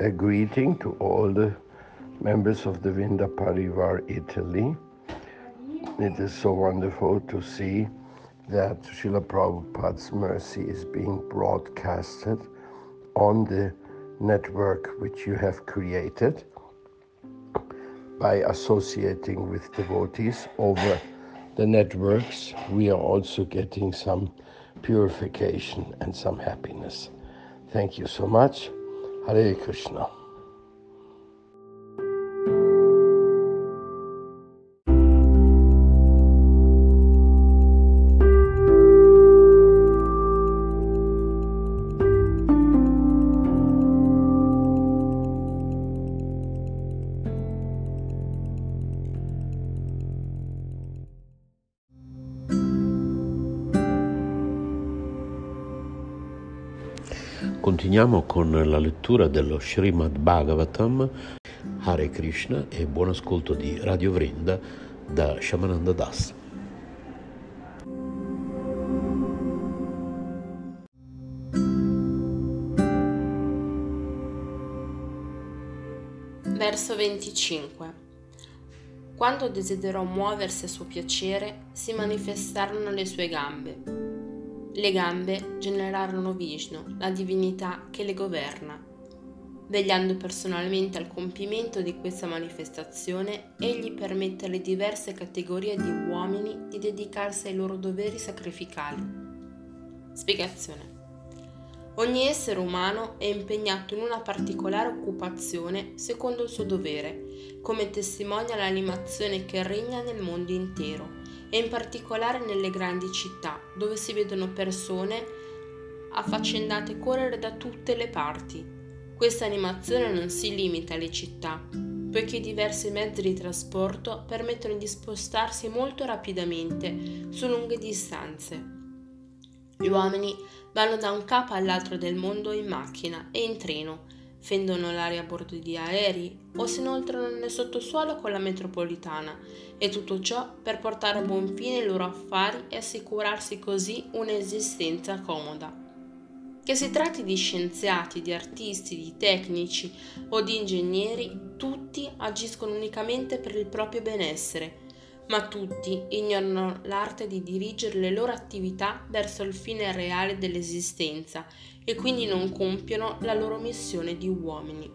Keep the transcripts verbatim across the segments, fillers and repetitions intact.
a greeting to all the members of the Vrinda Parivar Italy. It is so wonderful to see that Srila Prabhupada's mercy is being broadcasted on the network which you have created by associating with devotees over the networks. We are also getting some purification and some happiness. Thank you so much. Hare Krishna. Continuiamo con la lettura dello Srimad Bhagavatam. Hare Krishna e buon ascolto di Radio Vrinda da Shamananda Das. Verso venticinque. Quando desiderò muoversi a suo piacere, si manifestarono le sue gambe. Le gambe generarono Vishnu, la divinità che le governa. Vegliando personalmente al compimento di questa manifestazione, egli permette alle diverse categorie di uomini di dedicarsi ai loro doveri sacrificali. Spiegazione. Ogni essere umano è impegnato in una particolare occupazione secondo il suo dovere, come testimonia l'animazione che regna nel mondo intero, e in particolare nelle grandi città, dove si vedono persone affaccendate correre da tutte le parti. Questa animazione non si limita alle città, poiché diversi mezzi di trasporto permettono di spostarsi molto rapidamente su lunghe distanze. Gli uomini vanno da un capo all'altro del mondo in macchina e in treno, fendono l'aria a bordo di aerei o si inoltrano nel sottosuolo con la metropolitana, e tutto ciò per portare a buon fine i loro affari e assicurarsi così un'esistenza comoda. Che si tratti di scienziati, di artisti, di tecnici o di ingegneri, tutti agiscono unicamente per il proprio benessere, ma tutti ignorano l'arte di dirigere le loro attività verso il fine reale dell'esistenza e quindi non compiono la loro missione di uomini.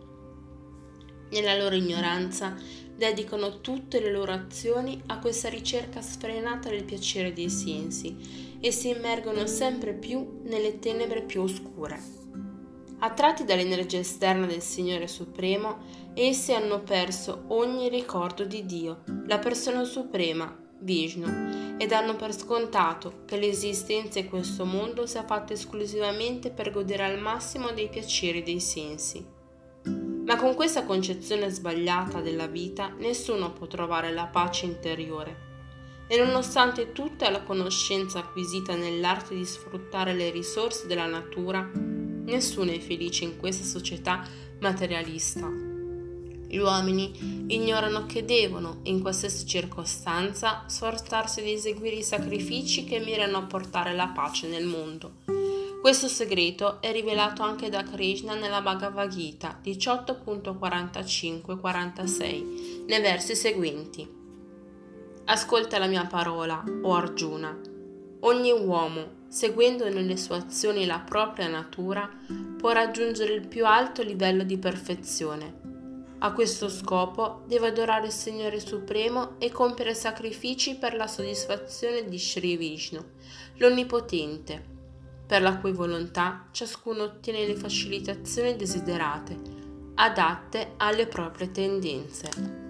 Nella loro ignoranza dedicano tutte le loro azioni a questa ricerca sfrenata del piacere dei sensi e si immergono sempre più nelle tenebre più oscure. Attratti dall'energia esterna del Signore Supremo, essi hanno perso ogni ricordo di Dio, la persona suprema, Vishnu, ed hanno per scontato che l'esistenza in questo mondo sia fatta esclusivamente per godere al massimo dei piaceri dei sensi. Ma con questa concezione sbagliata della vita nessuno può trovare la pace interiore. E nonostante tutta la conoscenza acquisita nell'arte di sfruttare le risorse della natura, nessuno è felice in questa società materialista. Gli uomini ignorano che devono, in qualsiasi circostanza, sforzarsi di eseguire i sacrifici che mirano a portare la pace nel mondo. Questo segreto è rivelato anche da Krishna nella Bhagavad Gita diciotto punto quarantacinque quarantasei, nei versi seguenti. Ascolta la mia parola, o Arjuna. Ogni uomo, seguendo nelle sue azioni la propria natura, può raggiungere il più alto livello di perfezione. A questo scopo deve adorare il Signore Supremo e compiere sacrifici per la soddisfazione di Shri Vishnu, l'Onnipotente, per la cui volontà ciascuno ottiene le facilitazioni desiderate, adatte alle proprie tendenze.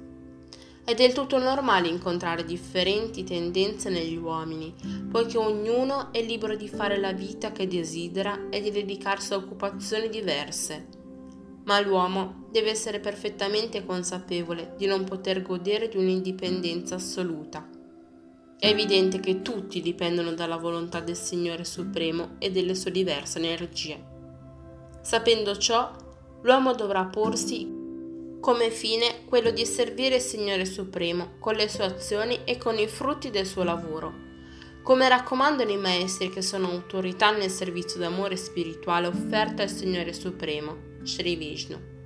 È del tutto normale incontrare differenti tendenze negli uomini, poiché ognuno è libero di fare la vita che desidera e di dedicarsi a occupazioni diverse. Ma l'uomo deve essere perfettamente consapevole di non poter godere di un'indipendenza assoluta. È evidente che tutti dipendono dalla volontà del Signore Supremo e delle sue diverse energie. Sapendo ciò, l'uomo dovrà porsi come fine quello di servire il Signore Supremo con le sue azioni e con i frutti del suo lavoro. Come raccomandano i maestri che sono autorità nel servizio d'amore spirituale offerto al Signore Supremo, Shri Vishnu.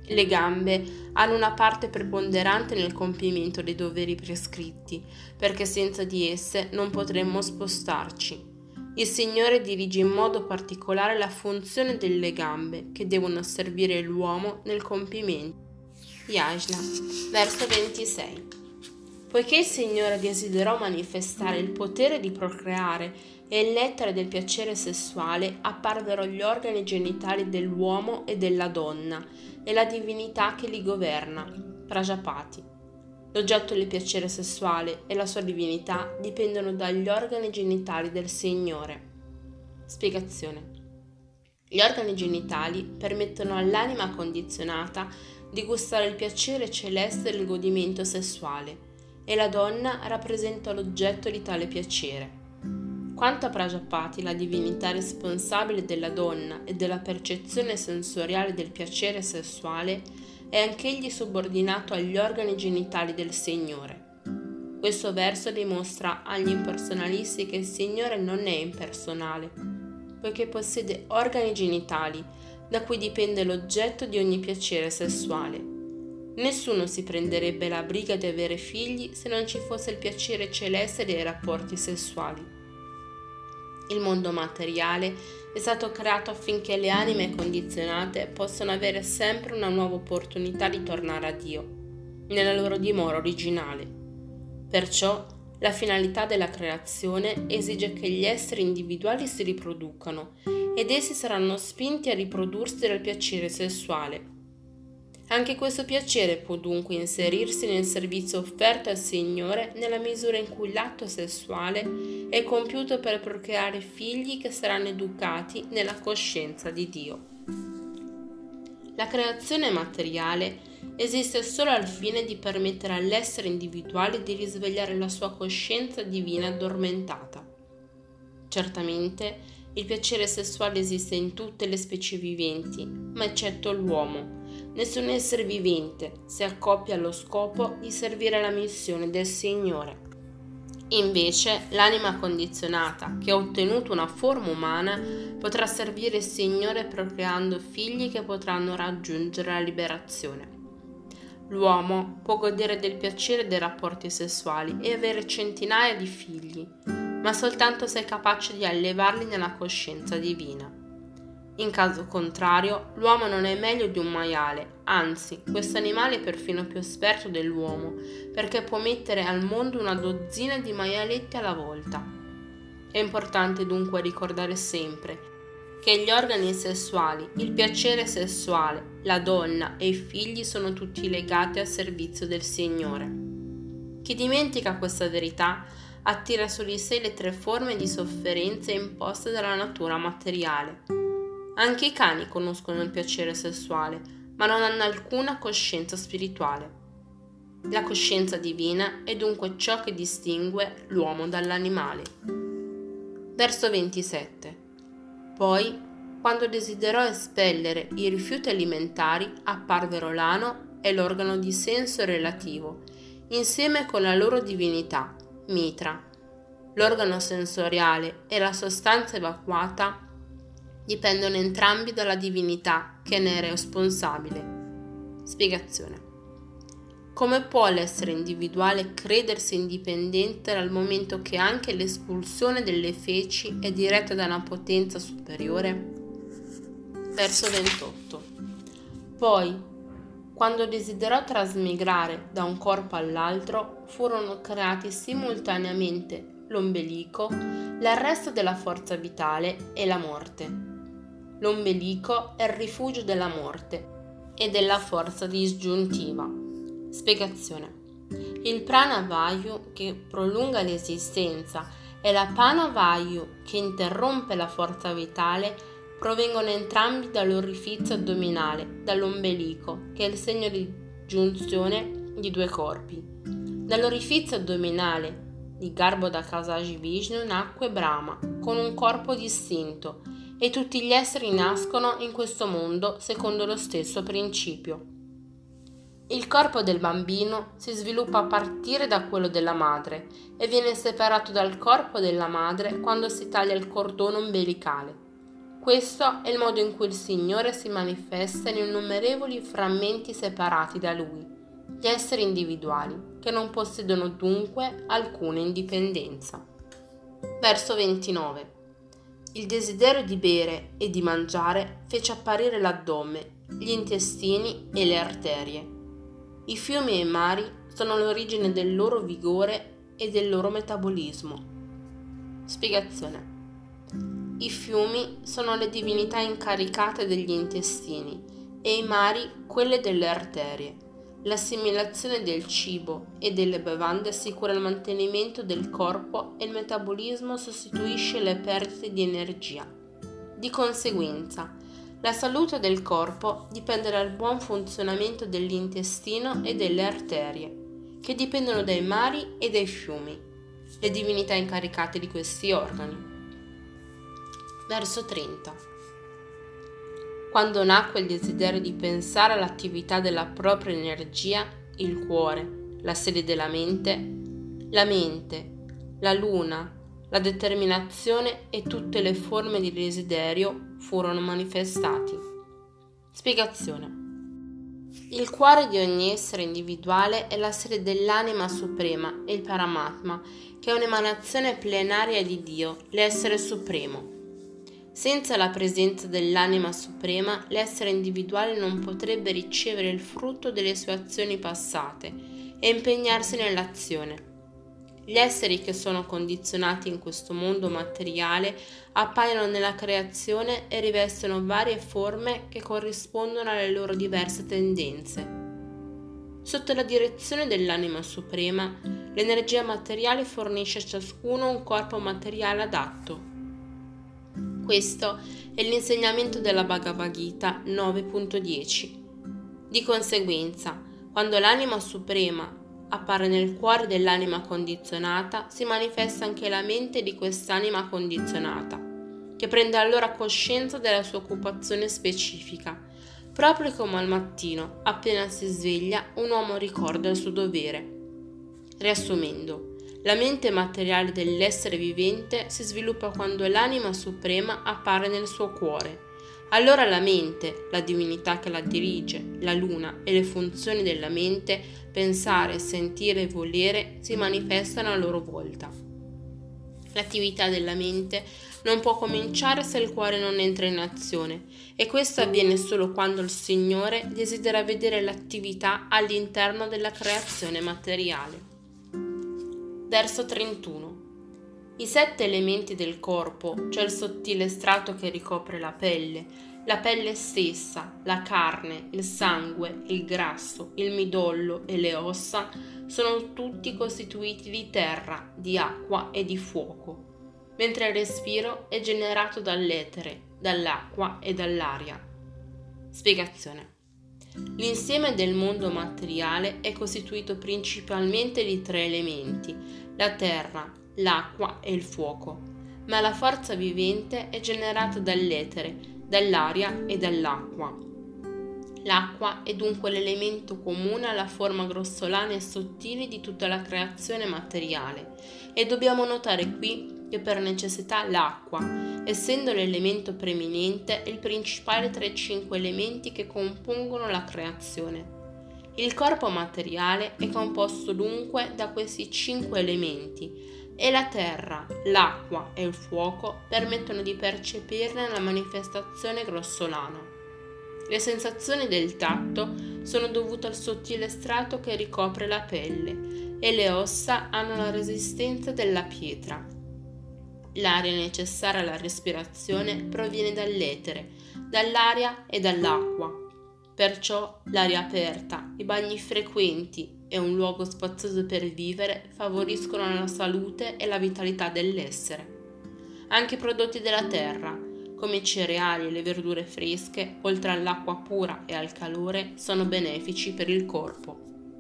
Le gambe hanno una parte preponderante nel compimento dei doveri prescritti, perché senza di esse non potremmo spostarci. Il Signore dirige in modo particolare la funzione delle gambe, che devono servire l'uomo nel compimento. Yajna, verso ventisei. Poiché il Signore desiderò manifestare il potere di procreare e il nettare del piacere sessuale, apparvero gli organi genitali dell'uomo e della donna e la divinità che li governa, Prajapati. L'oggetto del piacere sessuale e la sua divinità dipendono dagli organi genitali del Signore. Spiegazione. Gli organi genitali permettono all'anima condizionata di gustare il piacere celeste del godimento sessuale, e la donna rappresenta l'oggetto di tale piacere. Quanto a Prajapati, la divinità responsabile della donna e della percezione sensoriale del piacere sessuale, è anch'egli subordinato agli organi genitali del Signore. Questo verso dimostra agli impersonalisti che il Signore non è impersonale, poiché possiede organi genitali da cui dipende l'oggetto di ogni piacere sessuale. Nessuno si prenderebbe la briga di avere figli se non ci fosse il piacere celeste dei rapporti sessuali. Il mondo materiale è stato creato affinché le anime condizionate possano avere sempre una nuova opportunità di tornare a Dio, nella loro dimora originale. Perciò, la finalità della creazione esige che gli esseri individuali si riproducano ed essi saranno spinti a riprodursi dal piacere sessuale. Anche questo piacere può dunque inserirsi nel servizio offerto al Signore nella misura in cui l'atto sessuale è compiuto per procreare figli che saranno educati nella coscienza di Dio. La creazione materiale esiste solo al fine di permettere all'essere individuale di risvegliare la sua coscienza divina addormentata. Certamente, il piacere sessuale esiste in tutte le specie viventi, ma eccetto l'uomo. Nessun essere vivente si accoppia allo scopo di servire la missione del Signore. Invece, l'anima condizionata, che ha ottenuto una forma umana, potrà servire il Signore procreando figli che potranno raggiungere la liberazione. L'uomo può godere del piacere dei rapporti sessuali e avere centinaia di figli, ma soltanto se è capace di allevarli nella coscienza divina. In caso contrario, l'uomo non è meglio di un maiale, anzi, questo animale è perfino più esperto dell'uomo, perché può mettere al mondo una dozzina di maialetti alla volta. È importante dunque ricordare sempre che gli organi sessuali, il piacere sessuale, la donna e i figli sono tutti legati al servizio del Signore. Chi dimentica questa verità attira su di sé le tre forme di sofferenze imposte dalla natura materiale. Anche i cani conoscono il piacere sessuale, ma non hanno alcuna coscienza spirituale. La coscienza divina è dunque ciò che distingue l'uomo dall'animale. Verso ventisette. Poi, quando desiderò espellere i rifiuti alimentari, apparvero l'ano e l'organo di senso relativo, insieme con la loro divinità, Mitra. L'organo sensoriale e la sostanza evacuata dipendono entrambi dalla divinità che ne è responsabile. Spiegazione. Come può l'essere individuale credersi indipendente dal momento che anche l'espulsione delle feci è diretta da una potenza superiore? Verso ventotto. Poi, quando desiderò trasmigrare da un corpo all'altro, furono creati simultaneamente l'ombelico, l'arresto della forza vitale e la morte. L'ombelico è il rifugio della morte e della forza disgiuntiva. Spiegazione. Il prana vayu che prolunga l'esistenza e la pana vayu che interrompe la forza vitale provengono entrambi dall'orifizio addominale, dall'ombelico, che è il segno di giunzione di due corpi. Dall'orifizio addominale di Garbhodakasaji Vishnu nacque Brahma, con un corpo distinto, e tutti gli esseri nascono in questo mondo secondo lo stesso principio. Il corpo del bambino si sviluppa a partire da quello della madre e viene separato dal corpo della madre quando si taglia il cordone ombelicale. Questo è il modo in cui il Signore si manifesta in innumerevoli frammenti separati da Lui, gli esseri individuali, che non possiedono dunque alcuna indipendenza. Verso ventinove. Il desiderio di bere e di mangiare fece apparire l'addome, gli intestini e le arterie. I fiumi e i mari sono l'origine del loro vigore e del loro metabolismo. Spiegazione. I fiumi sono le divinità incaricate degli intestini e i mari quelle delle arterie. L'assimilazione del cibo e delle bevande assicura il mantenimento del corpo e il metabolismo sostituisce le perdite di energia. Di conseguenza, la salute del corpo dipende dal buon funzionamento dell'intestino e delle arterie, che dipendono dai mari e dai fiumi, le divinità incaricate di questi organi. Verso trenta. Quando nacque il desiderio di pensare all'attività della propria energia, il cuore, la sede della mente, la mente, la luna, la determinazione e tutte le forme di desiderio furono manifestati. Spiegazione. Il cuore di ogni essere individuale è la sede dell'anima suprema e il Paramatma, che è un'emanazione plenaria di Dio, l'essere supremo. Senza la presenza dell'anima suprema, l'essere individuale non potrebbe ricevere il frutto delle sue azioni passate e impegnarsi nell'azione. Gli esseri che sono condizionati in questo mondo materiale appaiono nella creazione e rivestono varie forme che corrispondono alle loro diverse tendenze. Sotto la direzione dell'anima suprema, l'energia materiale fornisce a ciascuno un corpo materiale adatto. Questo è l'insegnamento della Bhagavad Gita nove punto dieci. Di conseguenza, quando l'anima suprema appare nel cuore dell'anima condizionata, si manifesta anche la mente di quest'anima condizionata, che prende allora coscienza della sua occupazione specifica. Proprio come al mattino, appena si sveglia, un uomo ricorda il suo dovere. Riassumendo, la mente materiale dell'essere vivente si sviluppa quando l'anima suprema appare nel suo cuore. Allora la mente, la divinità che la dirige, la luna e le funzioni della mente, pensare, sentire e volere, si manifestano a loro volta. L'attività della mente non può cominciare se il cuore non entra in azione, e questo avviene solo quando il Signore desidera vedere l'attività all'interno della creazione materiale. Verso trentuno. I sette elementi del corpo, cioè il sottile strato che ricopre la pelle, la pelle stessa, la carne, il sangue, il grasso, il midollo e le ossa, sono tutti costituiti di terra, di acqua e di fuoco, mentre il respiro è generato dall'etere, dall'acqua e dall'aria. Spiegazione. L'insieme del mondo materiale è costituito principalmente di tre elementi: la terra, l'acqua e il fuoco, ma la forza vivente è generata dall'etere, dall'aria e dall'acqua. L'acqua è dunque l'elemento comune alla forma grossolana e sottile di tutta la creazione materiale, e dobbiamo notare qui che per necessità l'acqua, essendo l'elemento preminente, è il principale tra i cinque elementi che compongono la creazione. Il corpo materiale è composto dunque da questi cinque elementi, e la terra, l'acqua e il fuoco permettono di percepirne la manifestazione grossolana. Le sensazioni del tatto sono dovute al sottile strato che ricopre la pelle, e le ossa hanno la resistenza della pietra. L'aria necessaria alla respirazione proviene dall'etere, dall'aria e dall'acqua. Perciò l'aria aperta, i bagni frequenti e un luogo spazioso per vivere favoriscono la salute e la vitalità dell'essere. Anche i prodotti della terra, come i cereali e le verdure fresche, oltre all'acqua pura e al calore, sono benefici per il corpo.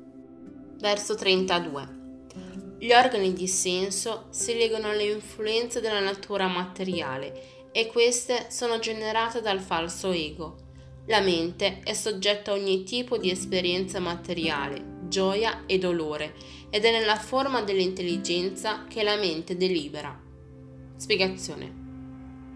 Verso trentadue. Gli organi di senso si legano alle influenze della natura materiale e queste sono generate dal falso ego. La mente è soggetta a ogni tipo di esperienza materiale, gioia e dolore, ed è nella forma dell'intelligenza che la mente delibera. Spiegazione.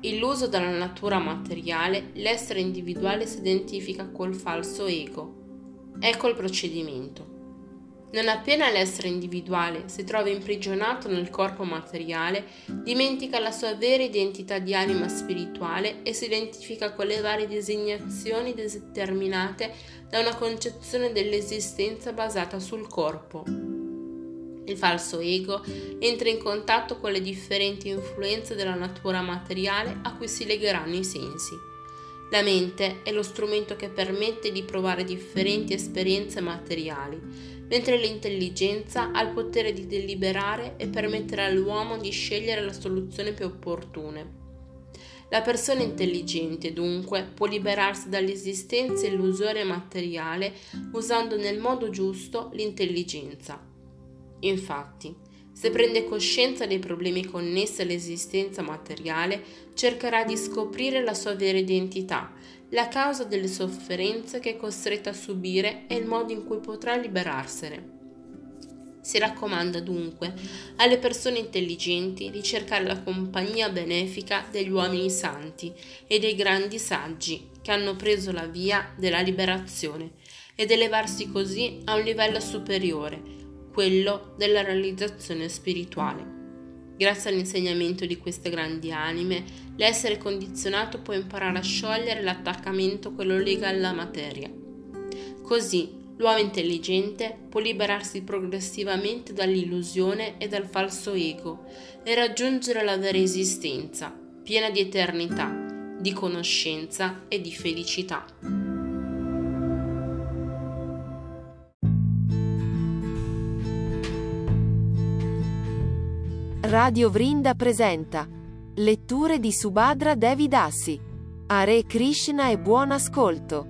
Illuso dalla natura materiale, l'essere individuale si identifica col falso ego. Ecco il procedimento. Non appena l'essere individuale si trova imprigionato nel corpo materiale, dimentica la sua vera identità di anima spirituale e si identifica con le varie designazioni determinate da una concezione dell'esistenza basata sul corpo. Il falso ego entra in contatto con le differenti influenze della natura materiale a cui si legheranno i sensi. La mente è lo strumento che permette di provare differenti esperienze materiali, mentre l'intelligenza ha il potere di deliberare e permettere all'uomo di scegliere la soluzione più opportuna. La persona intelligente, dunque, può liberarsi dall'esistenza illusoria materiale usando nel modo giusto l'intelligenza. Infatti, se prende coscienza dei problemi connessi all'esistenza materiale, cercherà di scoprire la sua vera identità, la causa delle sofferenze che è costretta a subire e il modo in cui potrà liberarsene. Si raccomanda dunque alle persone intelligenti di cercare la compagnia benefica degli uomini santi e dei grandi saggi che hanno preso la via della liberazione ed elevarsi così a un livello superiore, quello della realizzazione spirituale. Grazie all'insegnamento di queste grandi anime, l'essere condizionato può imparare a sciogliere l'attaccamento che lo lega alla materia. Così, l'uomo intelligente può liberarsi progressivamente dall'illusione e dal falso ego e raggiungere la vera esistenza, piena di eternità, di conoscenza e di felicità. Radio Vrinda presenta letture di Subhadra Devi Dassi. Hare Krishna e buon ascolto.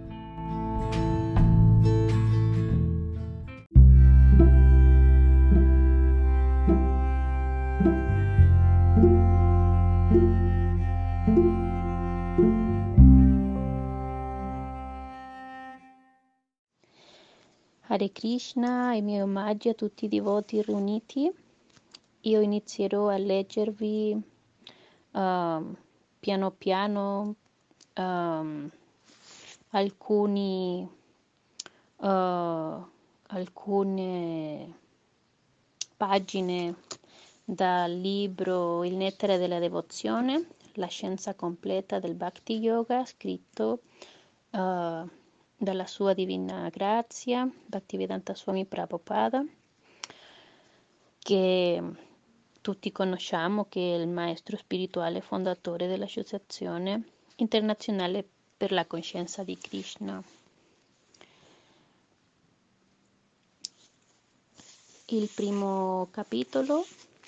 Hare Krishna e miei omaggi a tutti i devoti riuniti. Io inizierò a leggervi uh, piano piano um, alcuni, uh, alcune pagine dal libro Il nettare della devozione, la scienza completa del Bhakti Yoga, scritto uh, dalla sua divina grazia Bhaktivedanta Swami Prabhupada, che tutti conosciamo, che è il maestro spirituale fondatore dell'Associazione Internazionale per la Coscienza di Krishna. Il primo capitolo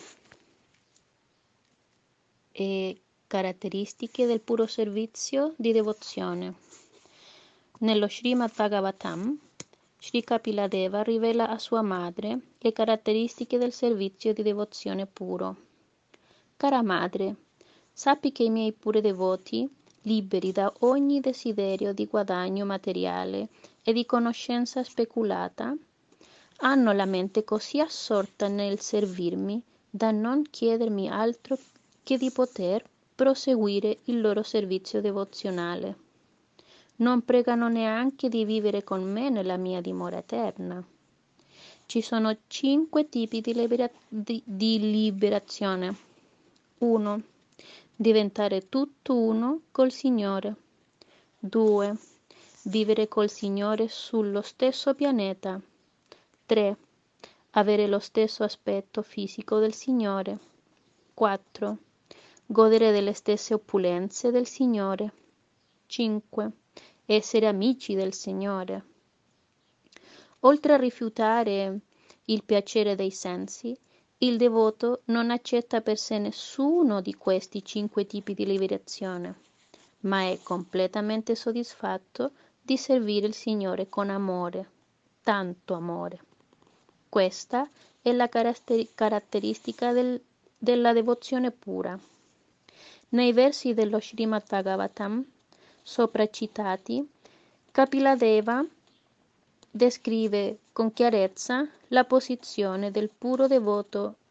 è caratteristiche del puro servizio di devozione. Nello Srimad Bhagavatam, Sri Kapiladeva rivela a sua madre le caratteristiche del servizio di devozione puro. Cara madre, sappi che i miei puri devoti, liberi da ogni desiderio di guadagno materiale e di conoscenza speculata, hanno la mente così assorta nel servirmi da non chiedermi altro che di poter proseguire il loro servizio devozionale. Non pregano neanche di vivere con me nella mia dimora eterna. Ci sono cinque tipi di, libera- di, di liberazione. uno. Diventare tutto uno col Signore. due. Vivere col Signore sullo stesso pianeta. tre. Avere lo stesso aspetto fisico del Signore. quattro. Godere delle stesse opulenze del Signore. cinque. Essere amici del Signore. Oltre a rifiutare il piacere dei sensi, il devoto non accetta per sé nessuno di questi cinque tipi di liberazione, ma è completamente soddisfatto di servire il Signore con amore, tanto amore. Questa è la caratter- caratteristica del, della devozione pura. Nei versi dello Srimad Bhagavatam sopra citati, Kapiladeva descrive con chiarezza la posizione del puro devoto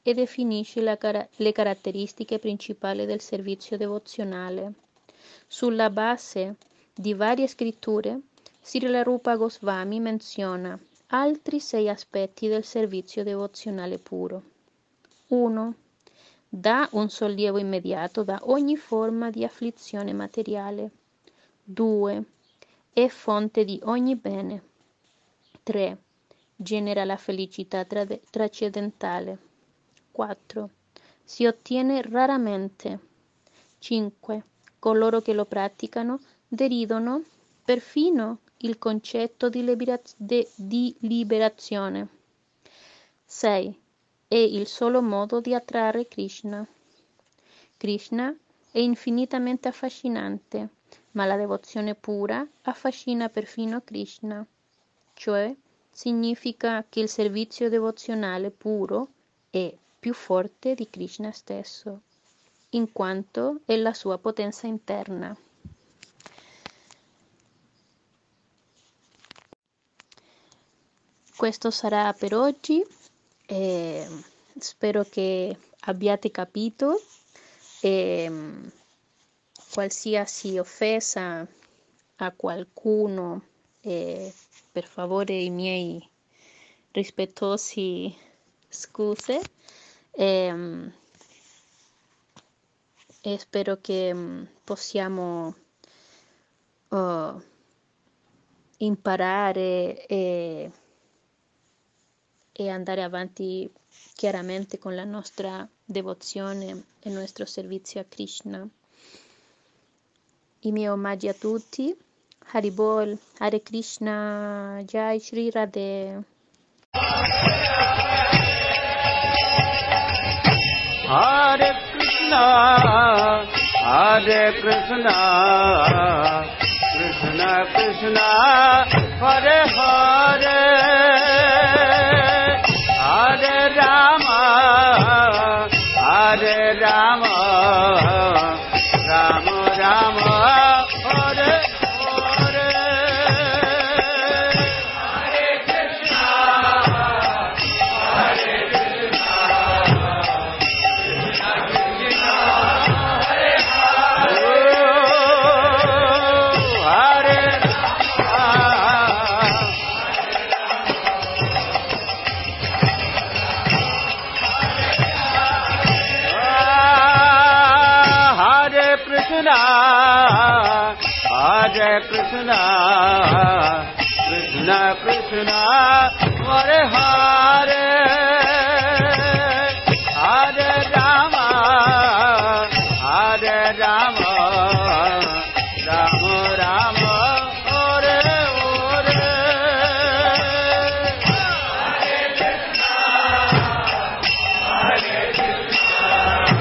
e definisce la cara- le caratteristiche principali del servizio devozionale. Sulla base di varie scritture, Srila Rupa Goswami menziona altri sei aspetti del servizio devozionale puro. uno. Dà un sollievo immediato da ogni forma di afflizione materiale. due. È fonte di ogni bene. tre. Genera la felicità trade- trascendentale. quattro. Si ottiene raramente. cinque. Coloro che lo praticano deridono perfino il concetto di, libera- de- di liberazione. sei. È il solo modo di attrarre Krishna. Krishna è infinitamente affascinante, ma la devozione pura affascina perfino Krishna, cioè significa che il servizio devozionale puro è più forte di Krishna stesso, in quanto è la sua potenza interna. Questo sarà per oggi. E spero che abbiate capito e qualsiasi offesa a qualcuno, e per favore i miei rispettosi scuse e, e spero che possiamo uh, imparare e e andare avanti chiaramente con la nostra devozione e il nostro servizio a Krishna. I miei omaggi a tutti. Haribol, Hare Krishna, Jai Shri Radhe. Hare Krishna, Hare Krishna, Krishna Krishna, Hare Hare. Hare Rama, Hare Rama, Rama Rama, Hare Hare. Hare Krishna, Hare Krishna, Krishna Krishna, Hare Hare. Hare Hare Krishna, Krishna Krishna, Hare Hare, Hare Rama, Hare Rama, Rama Rama, Hare Hare. Hare Krishna, Hare Krishna,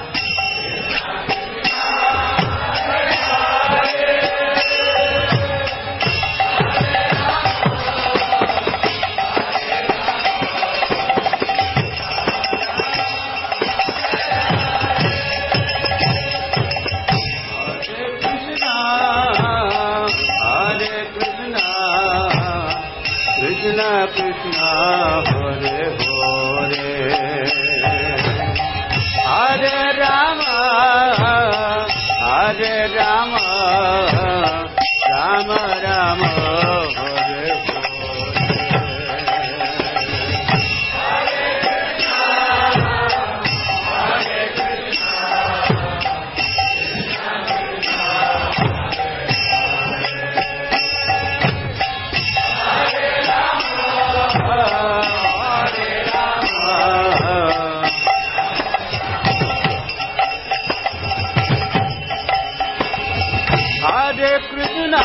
Krishna Krishna, Hare Hare, Hare Rama, Hare Rama, Rama Rama, Hare Hare. Hare Krishna,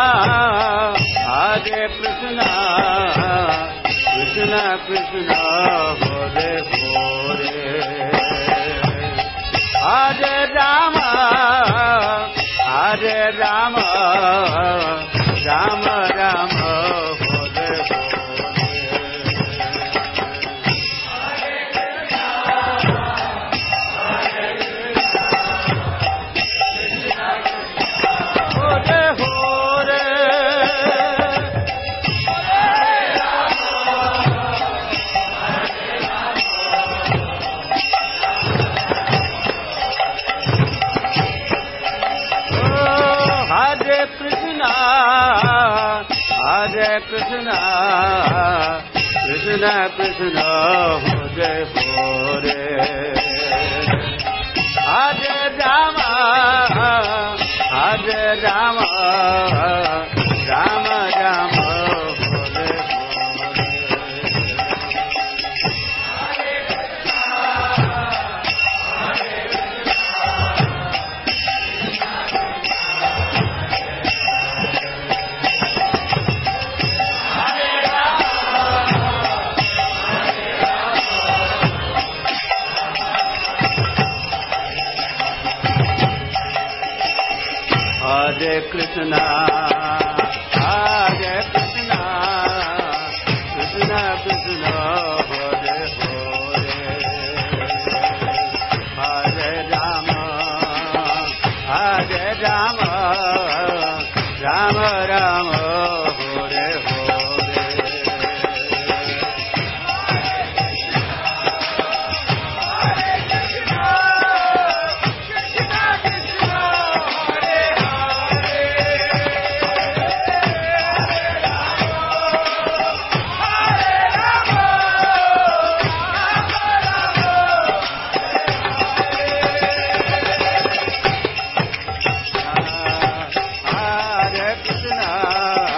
Hare Krishna, Krishna Krishna, Hare Hare, Hare Rama, Hare Rama, Rama Rama, Hare Hare. Hare Krishna, Krishna Krishna, Hare Hare, Hare Rama, Hare Rama, Rama Rama, Hare Hare Krishna, Hare Krishna, Krishna Krishna, Hare Hare, Hare Rama, Hare Rama, Rama Rama, Hare Hare. Hare Krishna,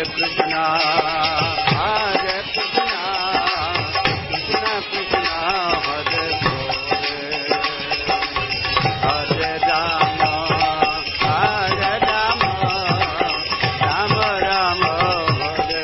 Krishna, Hare Krishna, Krishna Krishna, Hare Hare, Hare Rama, Hare Rama, Rama Rama, Hare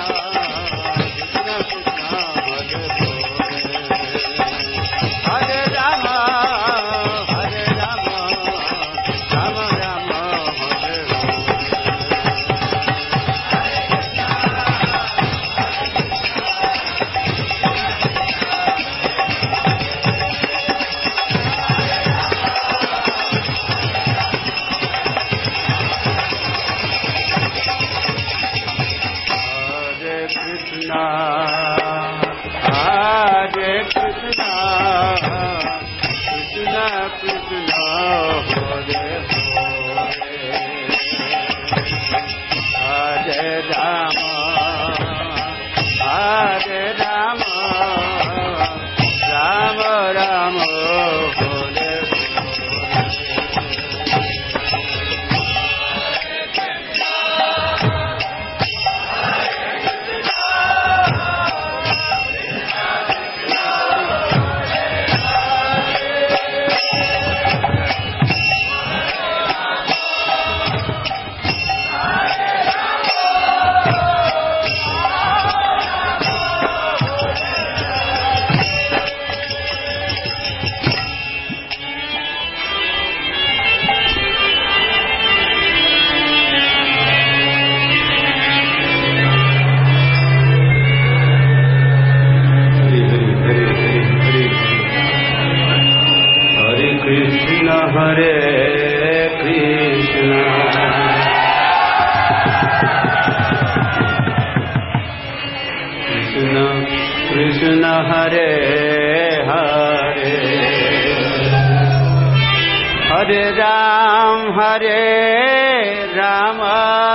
Hare Krishna, Hare Krishna, Krishna Krishna, Hare Hare, Hare Rama, Hare Rama, Rama Rama, Hare Hare Krishna, Krishna Krishna Hare Hare, Hare Ram Hare Rama,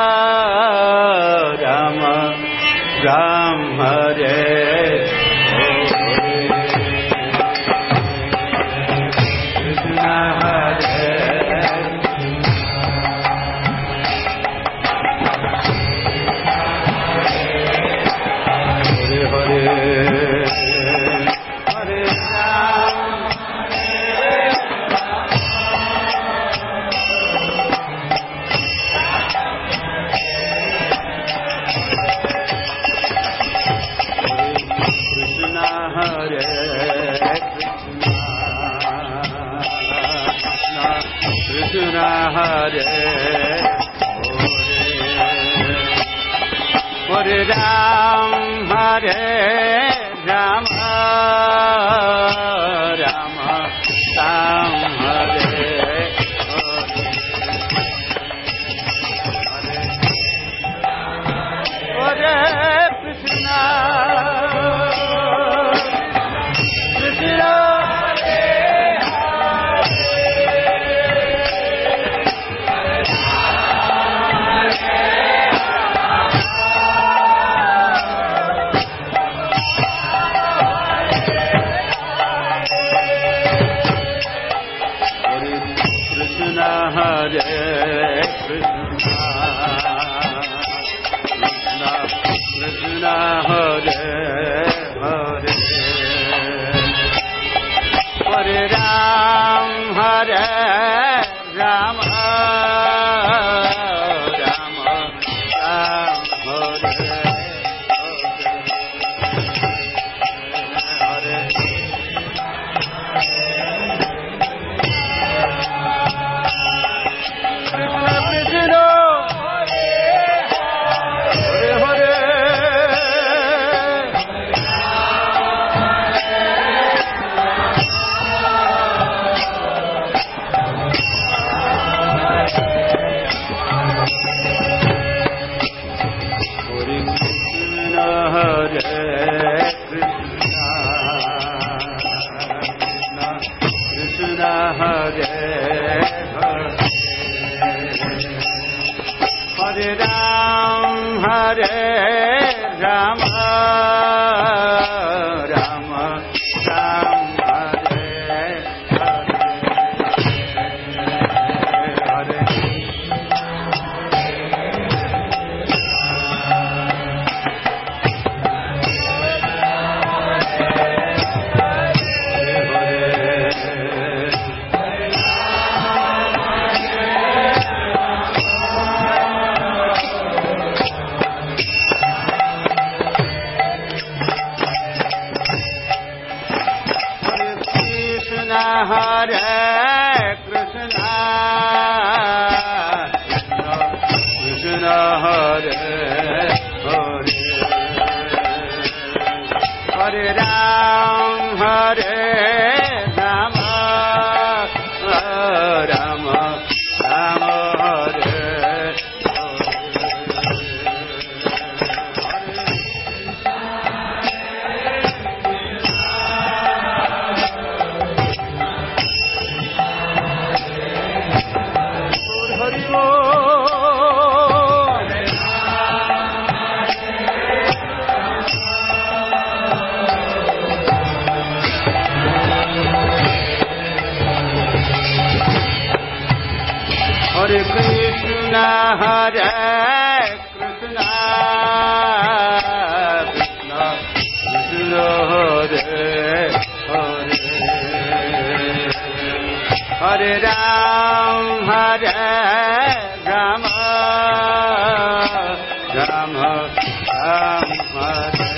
Rama Ram Hare Hare Hare Ram Hare Rama, Rama Ram Hare Hare Krishna, Krishna Hare Krishna, Krishna Krishna Hare Hare, Hare Ram, Hare Rama, Rama Ram, Hare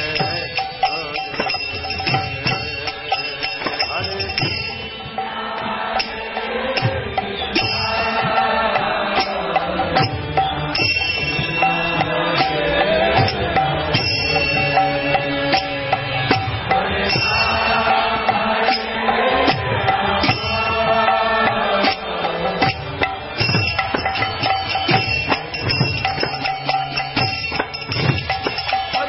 Hare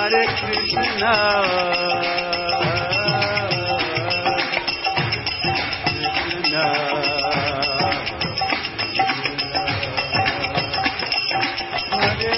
Hare Krishna, Krishna, Hare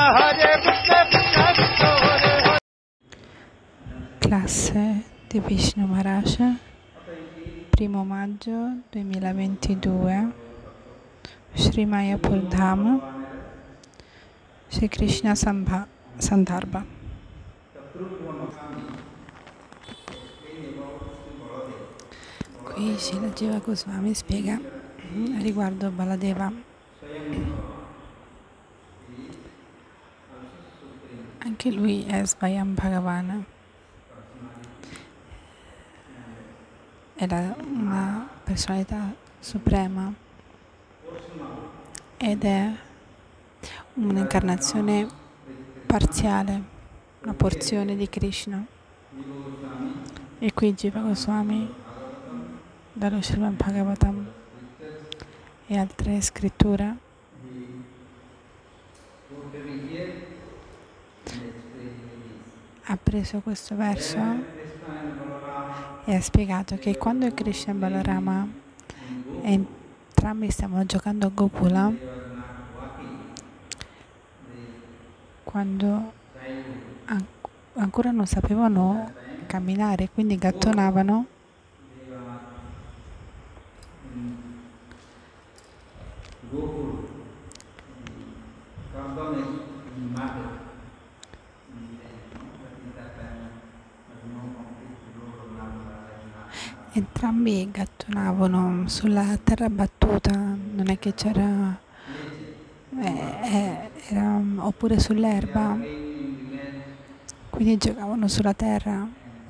Hare Krishna Krishna Krishna Hare Hare. Classe di Vishnu Maharaj, primo maggio duemilaventidue, Sri Mayapur Dham, Sri Krishna Sambha, Sandarbha. Qui Srila Jiva Goswami spiega riguardo Baladeva. Anche lui è Svayam Bhagavan, è la, una personalità suprema ed è un'incarnazione parziale, una porzione di Krishna. E qui Jiva Goswami, dallo Srimad Bhagavatam e altre scritture, ha preso questo verso e ha spiegato che quando Krishna e Balarama entrambi stavano giocando a Gokula, quando an- ancora non sapevano camminare, quindi gattonavano, entrambi gattonavano sulla terra battuta, non è che c'era, eh, eh, era, oppure sull'erba, quindi giocavano sulla terra.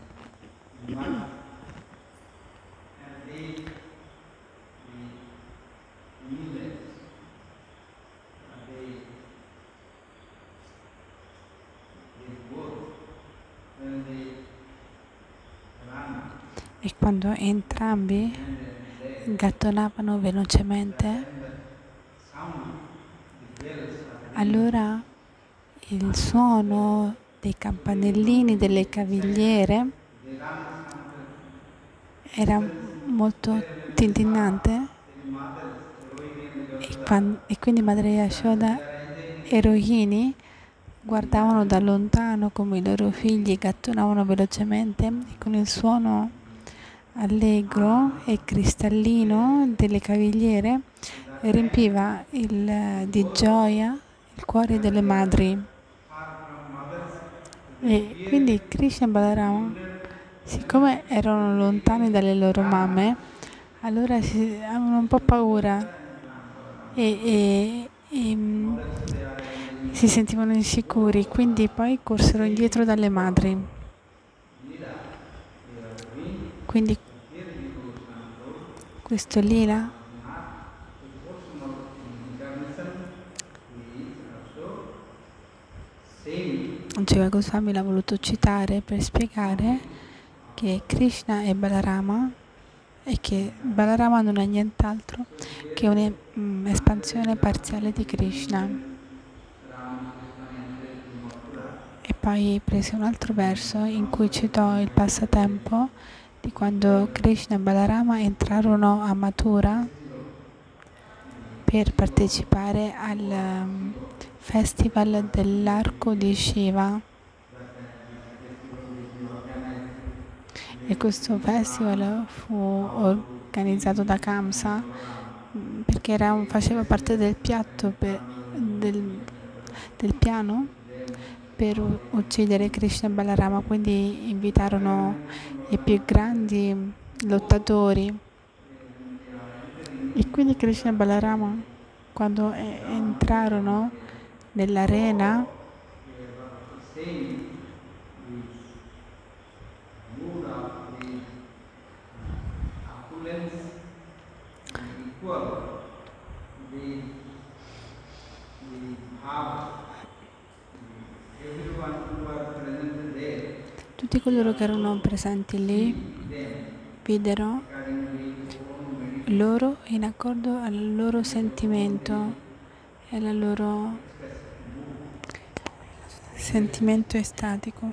E quando entrambi gattonavano velocemente, allora il suono dei campanellini delle cavigliere era molto tintinnante e, quando, e quindi Madre Yashoda e Rohini guardavano da lontano come i loro figli gattonavano velocemente e con il suono allegro e cristallino delle cavigliere riempiva il, di gioia il cuore delle madri. E quindi Krishna e Balarama, siccome erano lontani dalle loro mamme, allora si, avevano un po' paura e, e, e mh, si sentivano insicuri, quindi poi corsero indietro dalle madri. Quindi questo lila Jiva Goswami l'ha voluto citare per spiegare che Krishna è Balarama e che Balarama non è nient'altro che un'espansione parziale di Krishna. E poi prese un altro verso in cui citò il passatempo di quando Krishna e Balarama entrarono a Mathura per partecipare al um, festival dell'arco di Shiva. E questo festival fu organizzato da Kamsa perché era un, faceva parte del piatto per, del, del piano per uccidere Krishna e Balarama, quindi invitarono i più grandi lottatori. E quindi Krishna e Balarama, quando eh, entrarono nell'arena, tutti coloro che erano presenti lì videro loro in accordo al loro sentimento e al loro sentimento estatico.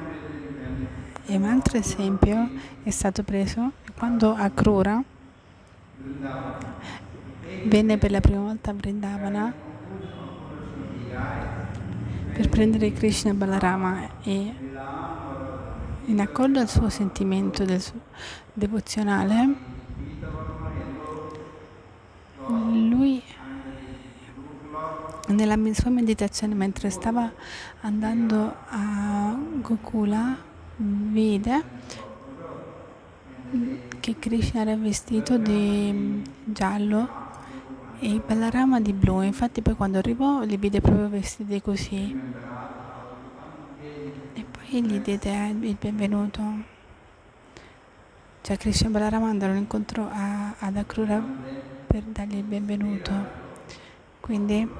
E un altro esempio è stato preso quando a Krura venne per la prima volta a Vrindavana per prendere Krishna e Balarama e, in accordo al suo sentimento del suo devozionale, lui nella sua meditazione, mentre stava andando a Gokula, vide che Krishna era vestito di giallo e Balarama di blu. Infatti poi quando arrivò li vide proprio vestiti così e poi gli diede il benvenuto. Cioè Krishna e Balarama andarono incontro a, ad Akrura per dargli il benvenuto. Quindi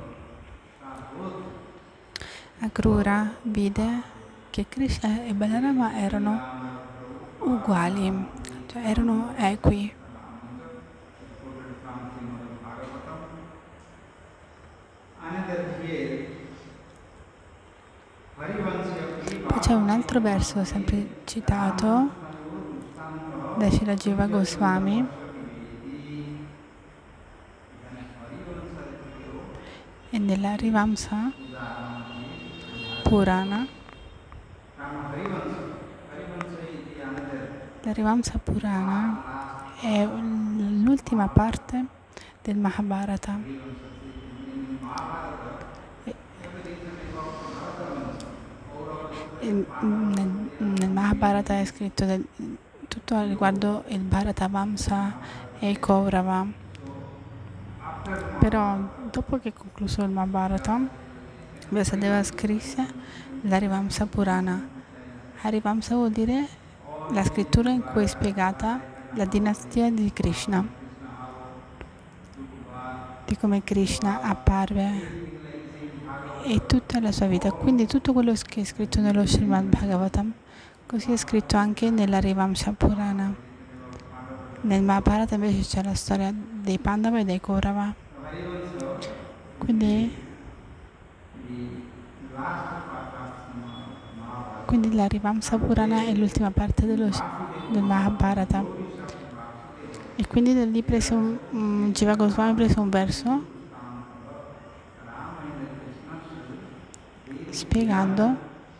Akrura vide che Krishna e Balarama erano uguali, cioè erano equi. Poi c'è un altro verso sempre citato da Srila Jiva Goswami e nella Rivamsa Purana. La Rivamsa Purana è l'ultima parte del Mahabharata. E, nel, nel Mahabharata è scritto del, tutto riguardo il Bharatavamsa e il Kaurava. Però dopo che è concluso il Mahabharata, Vyasadeva scrisse la Rivamsa Purana. Harivamsa vuol dire la scrittura in cui è spiegata la dinastia di Krishna, di come Krishna apparve e tutta la sua vita. Quindi tutto quello che è scritto nello Srimad Bhagavatam, così è scritto anche nella Rivamsa Purana. Nel Mahabharata invece c'è la storia dei Pandava e dei Kaurava. Quindi, quindi la Rivamsa Purana è l'ultima parte dello, del Mahabharata. E quindi da lì prese un, um, Jiva Goswami prese un verso spiegando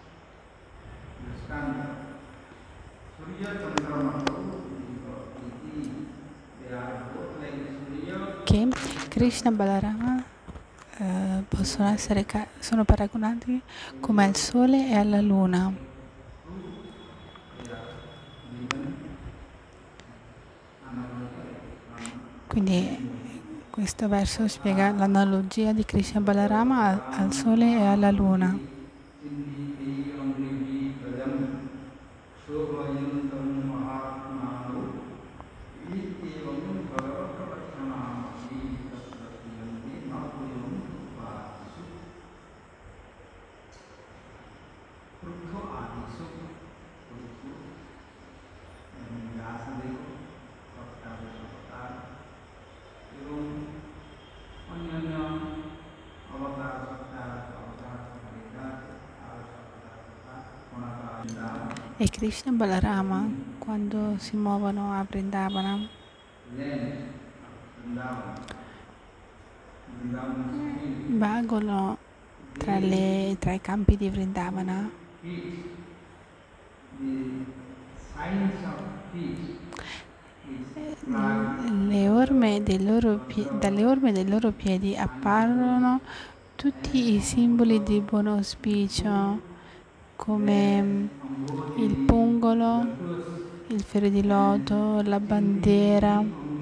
che Krishna e Balarama eh, possono essere sono paragonati come al sole e alla luna. Quindi questo verso spiega l'analogia di Krishna e Balarama al, al sole e alla luna. E Krishna e Balarama, quando si muovono a Vrindavana, vagano tra, le, tra i campi di Vrindavana le orme dei loro pie- dalle orme dei loro piedi apparono tutti i simboli di buon auspicio, come il pungolo, il fiore di loto, la bandiera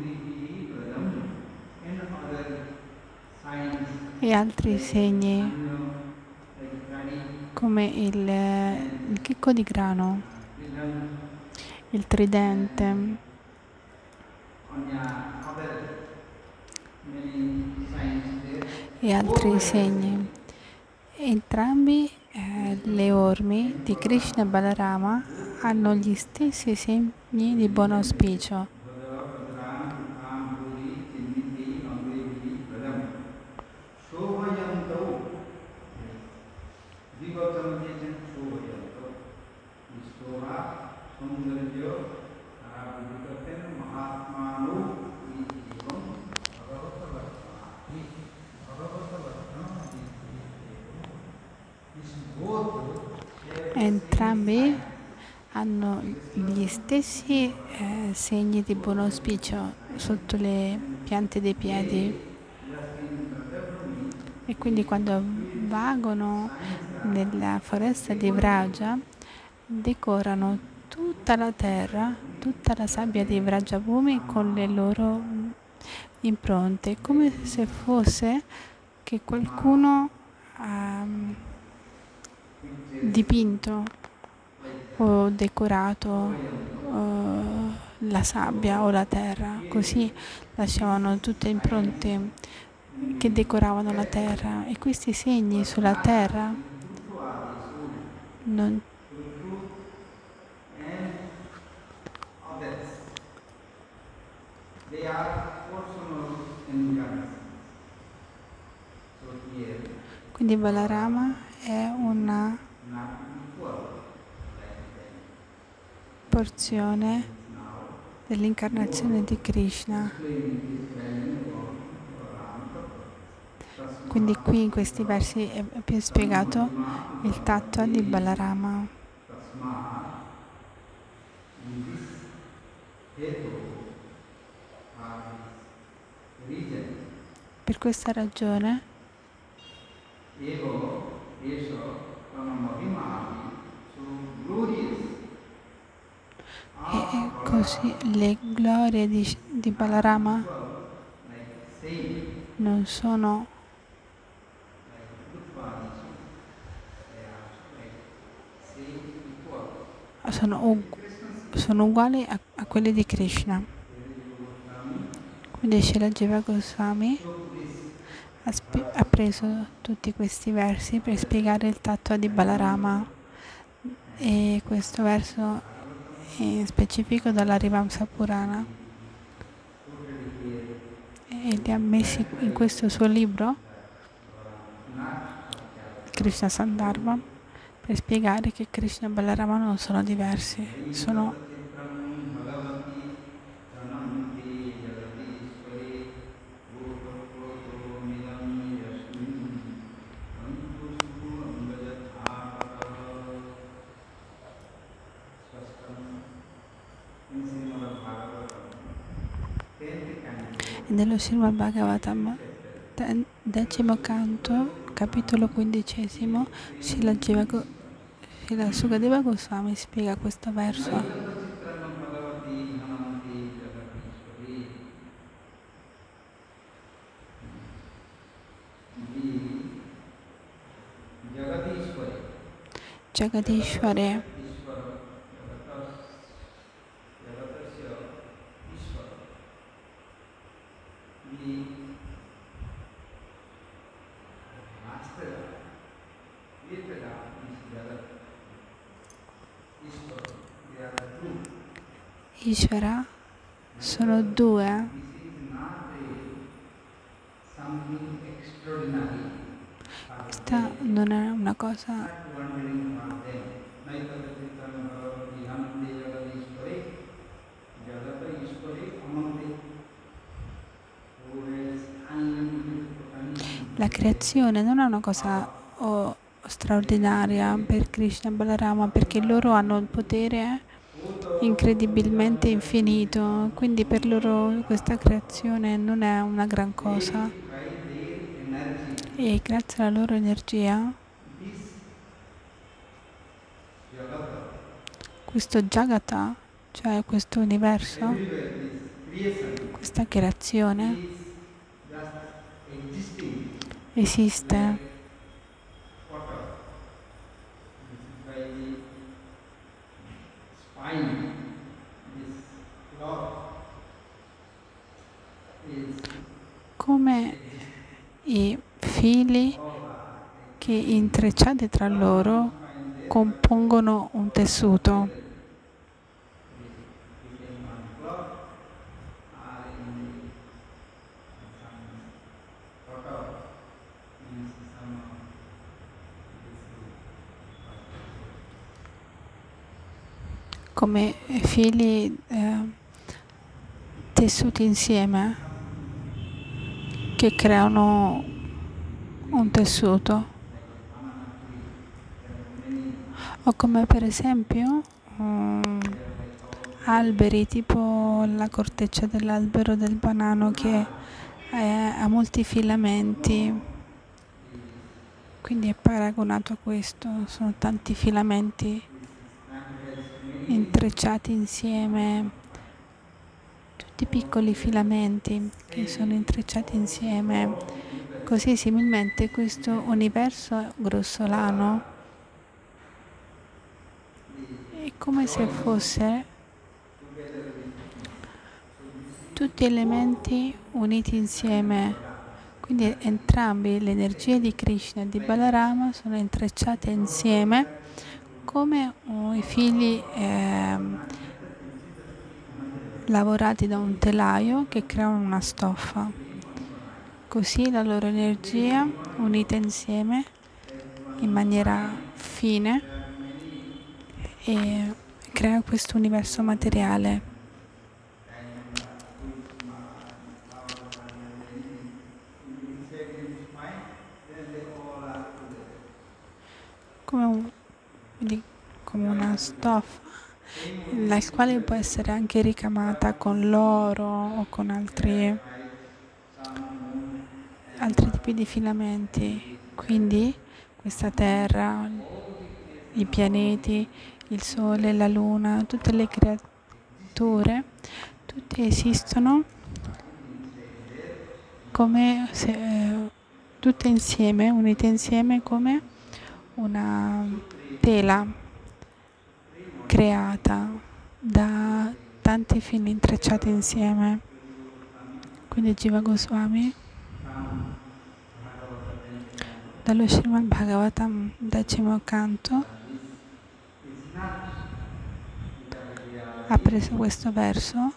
e altri segni come il, il chicco di grano, il tridente e altri segni. Entrambi eh, le orme di Krishna e Balarama hanno gli stessi segni di buon auspicio. entrambi hanno gli stessi eh, segni di buon auspicio sotto le piante dei piedi, e quindi quando vagano nella foresta di Vraja decorano tutta la terra, tutta la sabbia di Vrajabhumi con le loro impronte, come se fosse che qualcuno ha dipinto o decorato uh, la sabbia o la terra. Così lasciavano tutte impronte che decoravano la terra, e questi segni sulla terra non quindi Balarama è una porzione dell'incarnazione di Krishna. Quindi qui in questi versi è più spiegato il tattva di Balarama. Per questa ragione e così le glorie di, di Balarama non sono sono, sono uguali a, a quelle di Krishna. Quindi Srila Jiva Goswami ha, spi- ha preso tutti questi versi per spiegare il tattva di Balarama, e questo verso in specifico dalla Rivamsa Purana, e li ha messi in questo suo libro Krishna Sandarbha per spiegare che Krishna e Balarama non sono diversi, sono nello Srimad Bhagavatam, decimo canto, capitolo quindicesimo, Srila Sukadeva Goswami spiega questo verso. Jagadishware Ishvara sono due. Questa non è una cosa la creazione non è una cosa oh, straordinaria per Krishna e Balarama, perché loro hanno il potere incredibilmente infinito, quindi per loro questa creazione non è una gran cosa, e grazie alla loro energia questo Jagata, cioè questo universo, questa creazione esiste. Come i fili che intrecciati tra loro compongono un tessuto. Come fili eh, tessuti insieme che creano un tessuto, o come per esempio um, alberi tipo la corteccia dell'albero del banano che eh, ha molti filamenti, quindi è paragonato a questo, sono tanti filamenti intrecciati insieme, tutti piccoli filamenti che sono intrecciati insieme. Così similmente questo universo grossolano è come se fosse tutti elementi uniti insieme, quindi entrambi le energie di Krishna e di Balarama sono intrecciate insieme come uh, i fili eh, lavorati da un telaio che creano una stoffa. Così la loro energia unita insieme in maniera fine e crea questo universo materiale. Come, un, come una stoffa, la quale può essere anche ricamata con l'oro o con altri altri tipi di filamenti. Quindi questa terra, i pianeti, il sole, la luna, tutte le creature, tutte esistono come se eh, tutte insieme, unite insieme come una tela creata da tanti fili intrecciati insieme. Quindi Jiva Goswami dallo Srimad Bhagavatam, decimo canto, ha preso questo verso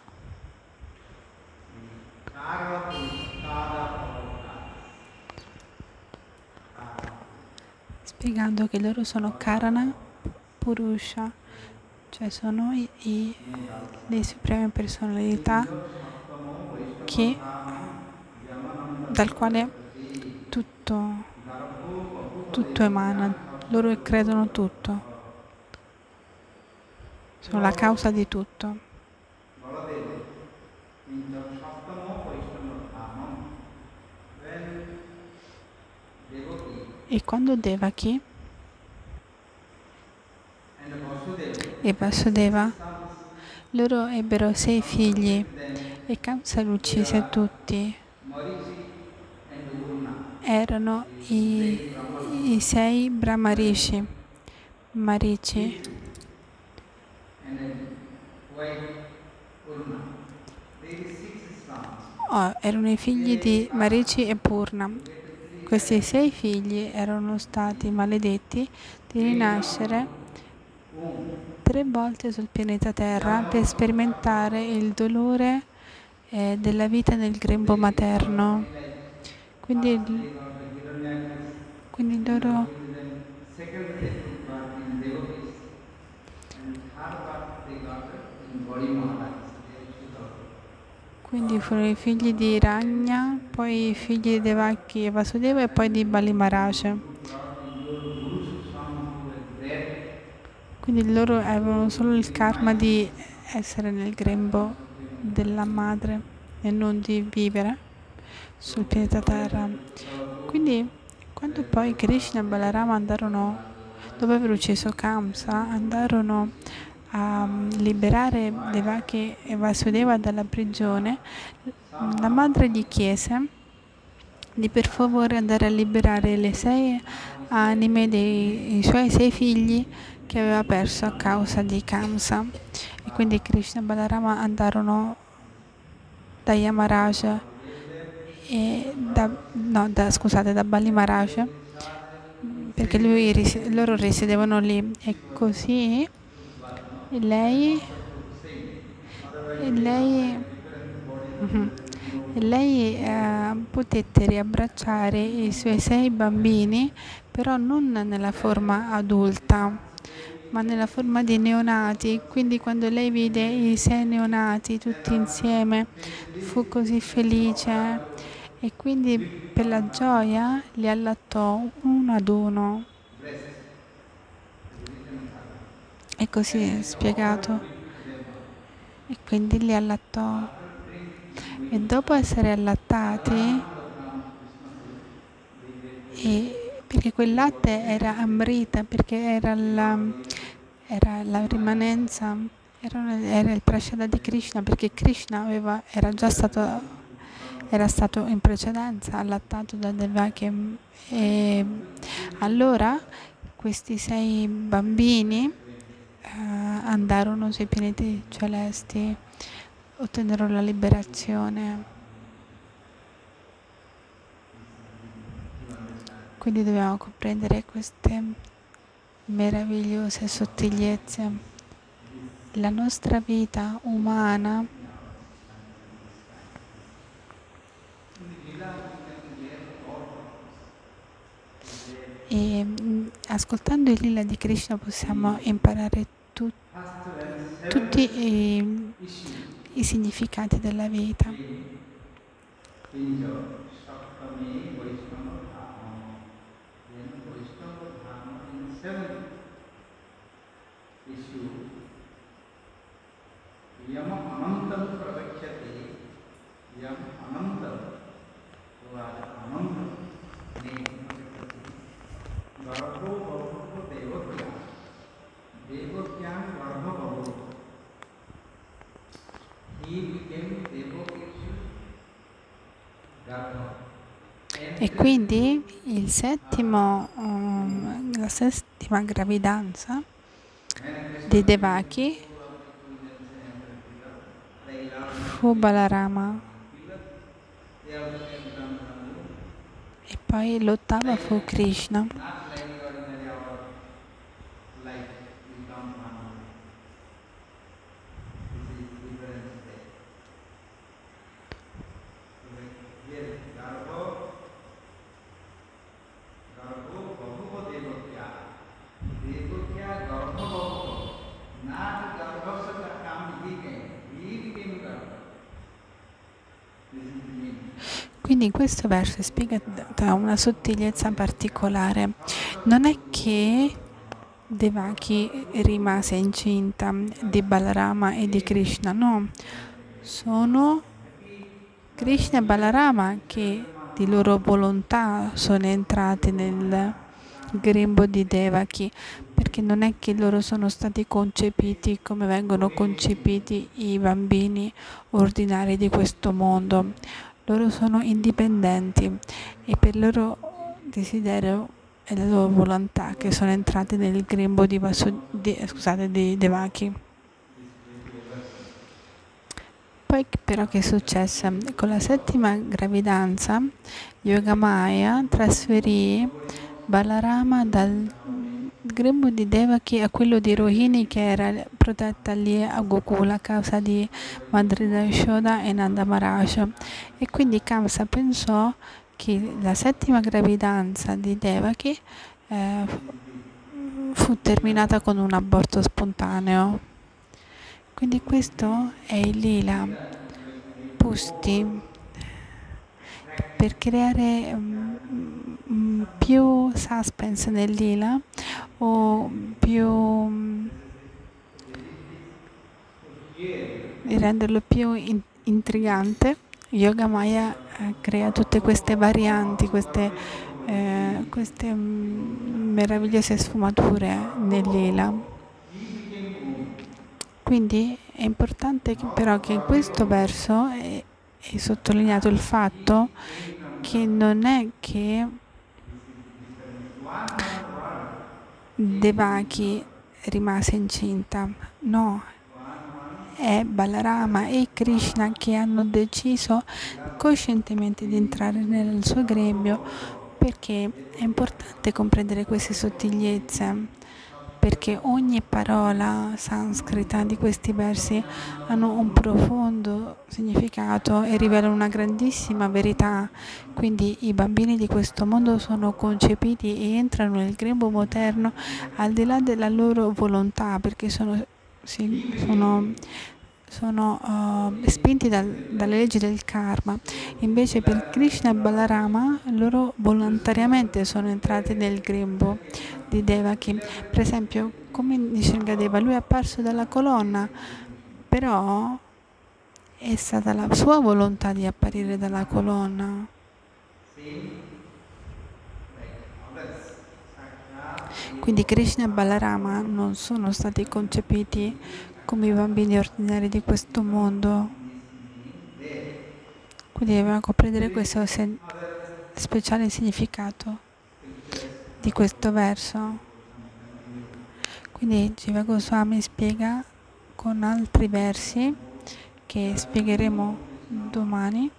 spiegando che loro sono Karana Purusha, cioè sono i, i, le supreme personalità che, dal quale tutto tutto emana, loro credono tutto, sono la causa di tutto. E quando Devaki e Vasudeva, loro ebbero sei figli e Kamsa li uccise tutti. Erano i, i sei Brahmarishi, Marici, oh, erano i figli di Marici e Purna. Questi sei figli erano stati maledetti di rinascere tre volte sul pianeta Terra per sperimentare il dolore eh, della vita nel grembo materno. Quindi, quindi loro quindi furono i figli di Ragna, poi i figli di Devaki e Vasudeva e poi di Bali Maharaj. Quindi loro avevano solo il karma di essere nel grembo della madre e non di vivere sul pianeta Terra. Quindi quando poi Krishna e Balarama andarono, dopo aver ucciso Kamsa, andarono a liberare Devaki e Vasudeva dalla prigione, la madre gli chiese di per favore andare a liberare le sei anime dei suoi sei figli che aveva perso a causa di Kamsa. E quindi Krishna e Balarama andarono da Yamaraj e da, no, da, scusate, da Bali Maharaj, perché lui, loro risiedevano lì, e così e lei e lei uh-huh, e lei eh, potette riabbracciare i suoi sei bambini, però non nella forma adulta, ma nella forma di neonati. Quindi quando lei vide i sei neonati tutti insieme fu così felice e quindi per la gioia li allattò uno ad uno. E così è spiegato. E quindi li allattò. E dopo essere allattati, e perché quel latte era amrita, perché era la, era la rimanenza, era, era il prasada di Krishna, perché Krishna aveva, era già stato, era stato in precedenza allattato da Devaki. E allora questi sei bambini eh, andarono sui pianeti celesti, ottennero la liberazione. Quindi dobbiamo comprendere queste meravigliose sottigliezze. La nostra vita umana e mh, ascoltando il Lila di Krishna possiamo imparare tu, tutti i, i significati della vita. E quindi il settimo, um, la settima gravidanza di Devaki fu Balarama e poi l'ottava fu Krishna. Quindi in questo verso è spiegata una sottigliezza particolare. Non è che Devaki rimase incinta di Balarama e di Krishna, no. Sono Krishna e Balarama che di loro volontà sono entrati nel grembo di Devaki, perché non è che loro sono stati concepiti come vengono concepiti i bambini ordinari di questo mondo. Loro sono indipendenti e per il loro desiderio e la loro volontà che sono entrati nel grembo di, Vasu, di, scusate, di Devaki. Poi però che è successo? Con la settima gravidanza Yogamaya trasferì Balarama dal grembo di Devaki a quello di Rohini, che era protetta lì a Gokula a causa di Madre Yashoda e Nanda Maharaj. E quindi Kamsa pensò che la settima gravidanza di Devaki eh, fu terminata con un aborto spontaneo. Quindi questo è il lila Pusti per creare um, più suspense nel lila o più um, renderlo più in, intrigante. Yogamaya eh, crea tutte queste varianti, queste, eh, queste um, meravigliose sfumature nel lila. Quindi è importante che, però che in questo verso è, è sottolineato il fatto che non è che Devaki rimase incinta, no, è Balarama e Krishna che hanno deciso coscientemente di entrare nel suo grembo, perché è importante comprendere queste sottigliezze, perché ogni parola sanscrita di questi versi hanno un profondo significato e rivelano una grandissima verità. Quindi i bambini di questo mondo sono concepiti e entrano nel grembo materno al di là della loro volontà, perché sono, sì, sono sono uh, spinti dal, dalle leggi del karma. Invece per Krishna e Balarama loro volontariamente sono entrati nel grembo di Devaki. Per esempio, come Nisringadeva, lui è apparso dalla colonna, però è stata la sua volontà di apparire dalla colonna. Quindi Krishna e Balarama non sono stati concepiti come i bambini ordinari di questo mondo. Quindi dobbiamo comprendere questo sen- speciale significato di questo verso. Quindi Jiva Goswami spiega con altri versi che spiegheremo domani,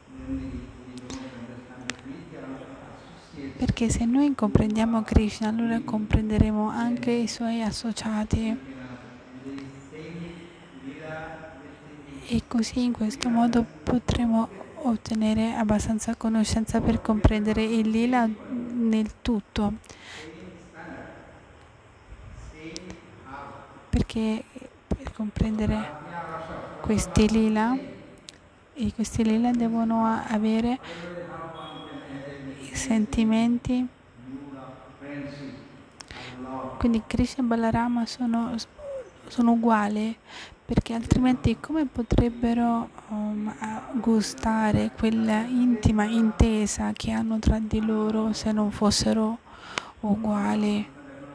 perché se noi comprendiamo Krishna, allora comprenderemo anche i suoi associati, e così in questo modo potremo ottenere abbastanza conoscenza per comprendere il lila nel tutto, perché per comprendere questi lila e questi lila devono avere i sentimenti. Quindi Krishna e Balarama sono, sono uguali, perché altrimenti come potrebbero um, gustare quella intima intesa che hanno tra di loro se non fossero uguali?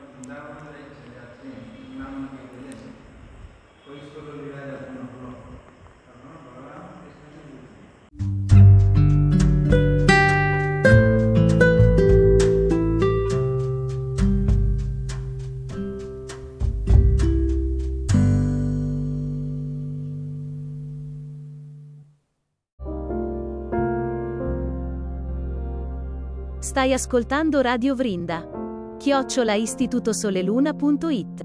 Stai ascoltando Radio Vrinda. chiocciola istitutosoleluna punto it.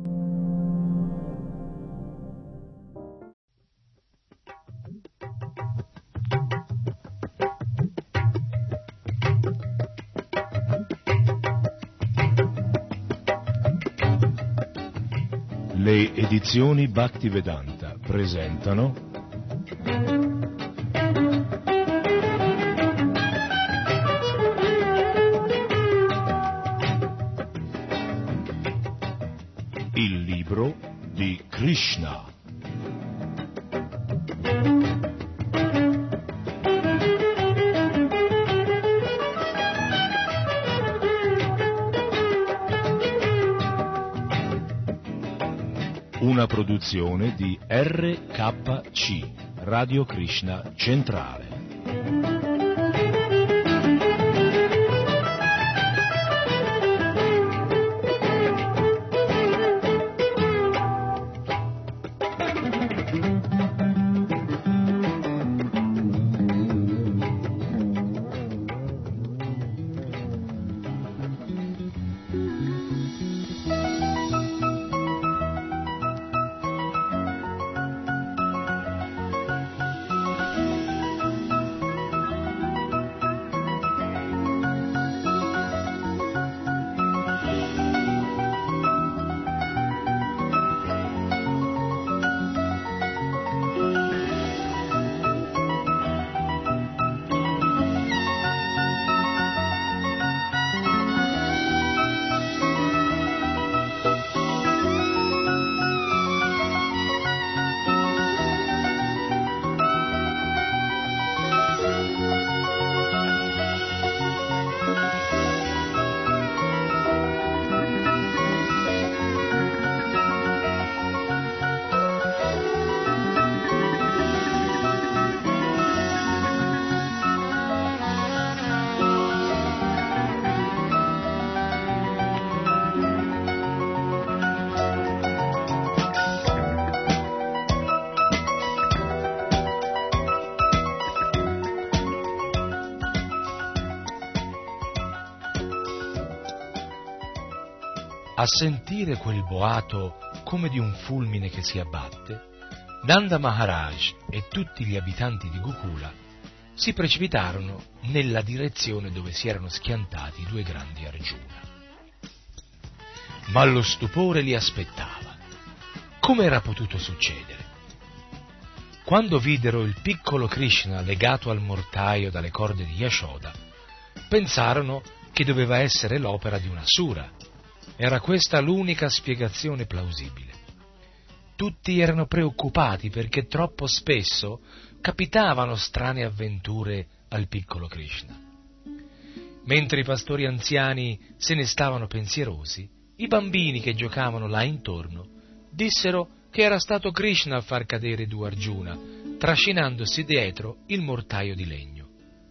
Le edizioni Bhaktivedanta presentano il libro di Krishna. Una produzione di R K C, Radio Krishna Centrale. A sentire quel boato come di un fulmine che si abbatte, Nanda Maharaj e tutti gli abitanti di Gokula si precipitarono nella direzione dove si erano schiantati i due grandi Arjuna. Ma lo stupore li aspettava. Come era potuto succedere? quando videro il piccolo Krishna legato al mortaio dalle corde di Yashoda, pensarono che doveva essere l'opera di una sura. Era questa l'unica spiegazione plausibile. Tutti erano preoccupati perché troppo spesso capitavano strane avventure al piccolo Krishna. Mentre i pastori anziani se ne stavano pensierosi, i bambini che giocavano là intorno dissero che era stato Krishna a far cadere due Arjuna, trascinandosi dietro il mortaio di legno.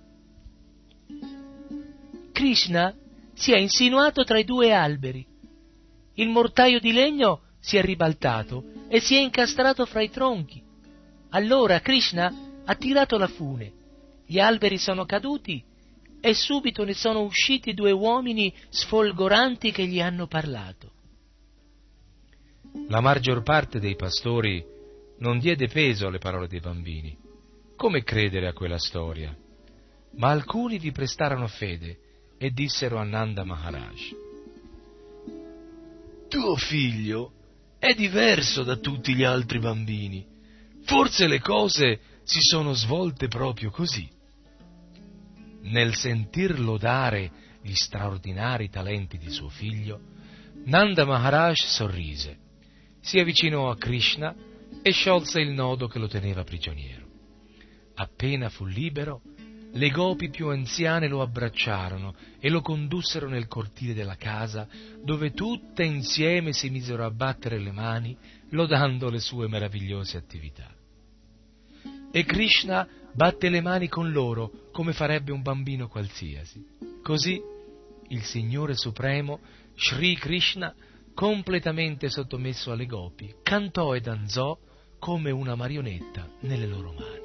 Krishna si è insinuato tra i due alberi. Il mortaio di legno si è ribaltato e si è incastrato fra i tronchi. Allora Krishna ha tirato la fune, gli alberi sono caduti e subito ne sono usciti due uomini sfolgoranti che gli hanno parlato. La maggior parte dei pastori non diede peso alle parole dei bambini. Come credere a quella storia? Ma alcuni vi prestarono fede e dissero a Nanda Maharaj: tuo figlio è diverso da tutti gli altri bambini. Forse le cose si sono svolte proprio così. Nel sentir lodare gli straordinari talenti di suo figlio, Nanda Maharaj sorrise, si avvicinò a Krishna e sciolse il nodo che lo teneva prigioniero. Appena fu libero, le gopi più anziane lo abbracciarono e lo condussero nel cortile della casa, dove tutte insieme si misero a battere le mani, lodando le sue meravigliose attività. E Krishna batte le mani con loro come farebbe un bambino qualsiasi. Così il Signore Supremo, Sri Krishna, completamente sottomesso alle gopi, cantò e danzò come una marionetta nelle loro mani.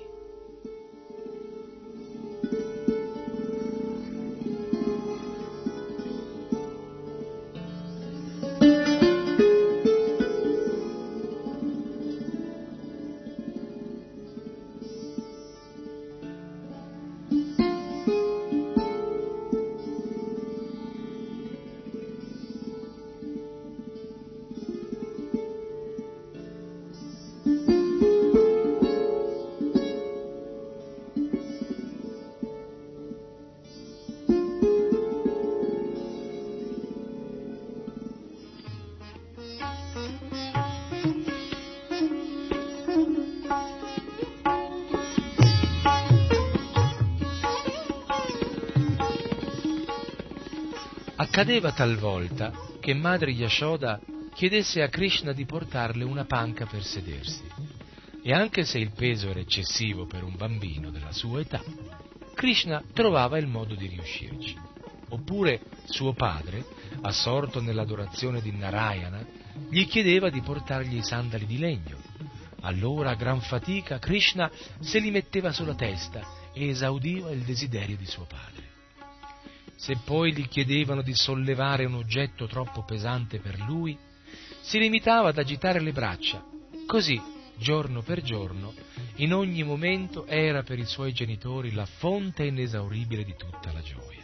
Accadeva talvolta che madre Yashoda chiedesse a Krishna di portarle una panca per sedersi, e anche se il peso era eccessivo per un bambino della sua età, Krishna trovava il modo di riuscirci. Oppure suo padre, assorto nell'adorazione di Narayana, gli chiedeva di portargli i sandali di legno. Allora, a gran fatica, Krishna se li metteva sulla testa e esaudiva il desiderio di suo padre. Se poi gli chiedevano di sollevare un oggetto troppo pesante per lui, si limitava ad agitare le braccia. Così, giorno per giorno, in ogni momento era per i suoi genitori la fonte inesauribile di tutta la gioia.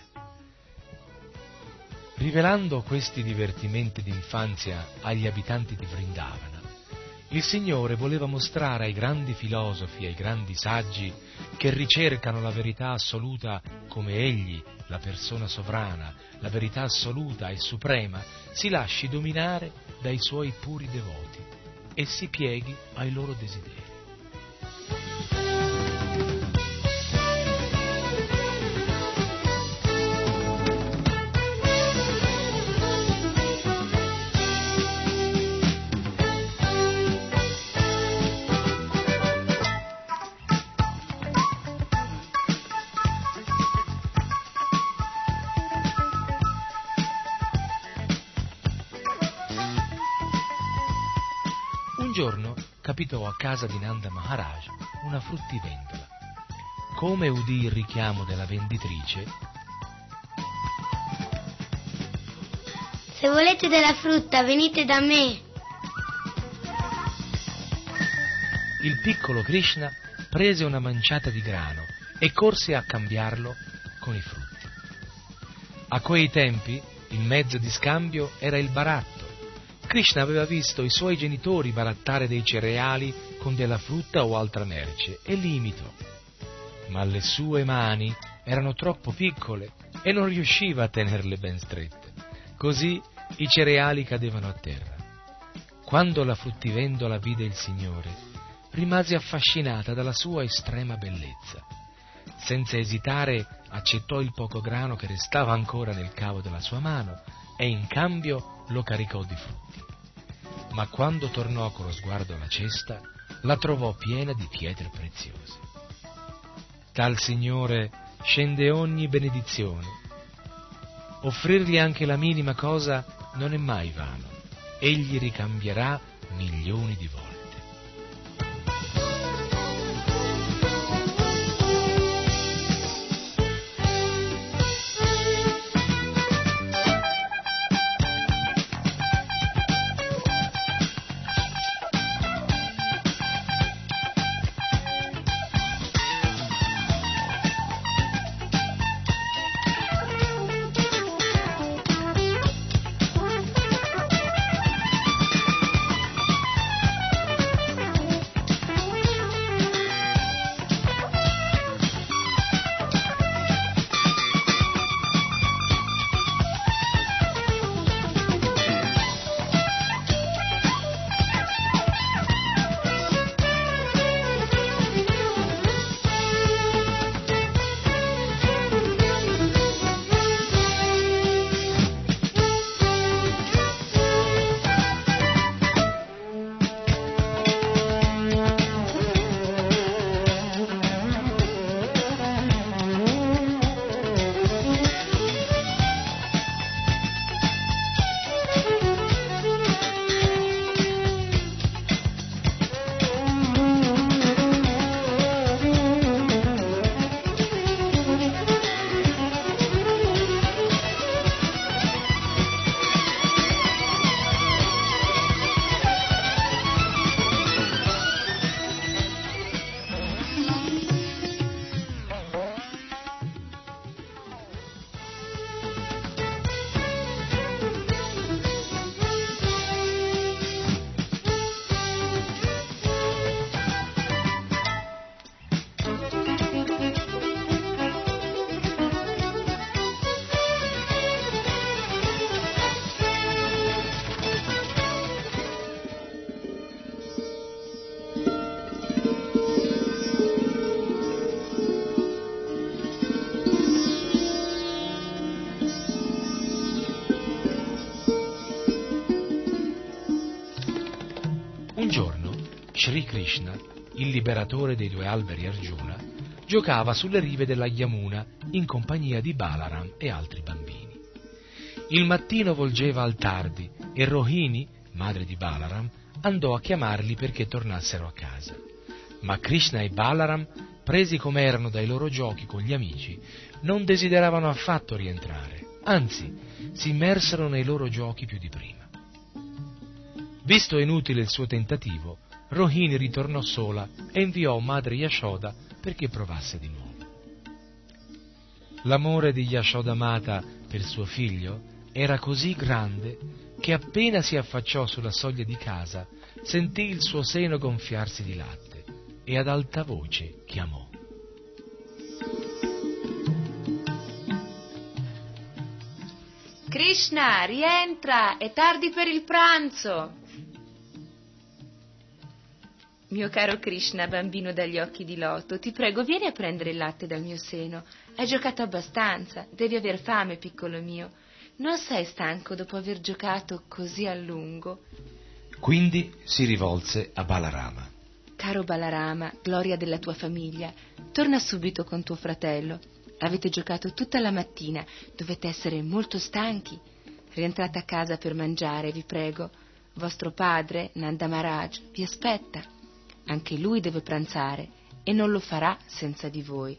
Rivelando questi divertimenti d'infanzia agli abitanti di Vrindavana, il Signore voleva mostrare ai grandi filosofi, ai grandi saggi, che ricercano la verità assoluta come Egli, la persona sovrana, la verità assoluta e suprema, si lasci dominare dai suoi puri devoti e si pieghi ai loro desideri. Un giorno capitò a casa di Nanda Maharaj una fruttivendola. Come udì il richiamo della venditrice, se volete della frutta venite da me. Il piccolo Krishna prese una manciata di grano e corse a cambiarlo con i frutti. A quei tempi il mezzo di scambio era il baratto. Krishna aveva visto i suoi genitori barattare dei cereali con della frutta o altra merce e li imitò. Ma le sue mani erano troppo piccole e non riusciva a tenerle ben strette. Così i cereali cadevano a terra. Quando la fruttivendola vide il Signore, rimase affascinata dalla sua estrema bellezza. Senza esitare accettò il poco grano che restava ancora nel cavo della sua mano e in cambio lo caricò di frutti. Ma quando tornò con lo sguardo alla cesta, la trovò piena di pietre preziose. Dal Signore scende ogni benedizione. Offrirgli anche la minima cosa non è mai vano. Egli ricambierà milioni di volte. Un giorno Sri Krishna, il liberatore dei due alberi Arjuna, giocava sulle rive della Yamuna in compagnia di Balaram e altri bambini. Il mattino volgeva al tardi e Rohini, madre di Balaram, andò a chiamarli perché tornassero a casa. Ma Krishna e Balaram, presi come erano dai loro giochi con gli amici, non desideravano affatto rientrare, anzi, si immersero nei loro giochi più di prima. Visto inutile il suo tentativo, Rohini ritornò sola e inviò madre Yashoda perché provasse di nuovo. L'amore di Yashodamata per suo figlio era così grande che appena si affacciò sulla soglia di casa sentì il suo seno gonfiarsi di latte e ad alta voce chiamò. Krishna, rientra, è tardi per il pranzo. Mio caro Krishna, bambino dagli occhi di loto, ti prego, vieni a prendere il latte dal mio seno. Hai giocato abbastanza, devi aver fame, piccolo mio. Non sei stanco dopo aver giocato così a lungo? Quindi si rivolse a Balarama. Caro Balarama, gloria della tua famiglia, torna subito con tuo fratello. Avete giocato tutta la mattina, dovete essere molto stanchi. Rientrate a casa per mangiare, vi prego. Vostro padre, Nanda Maharaj, vi aspetta. Anche lui deve pranzare e non lo farà senza di voi.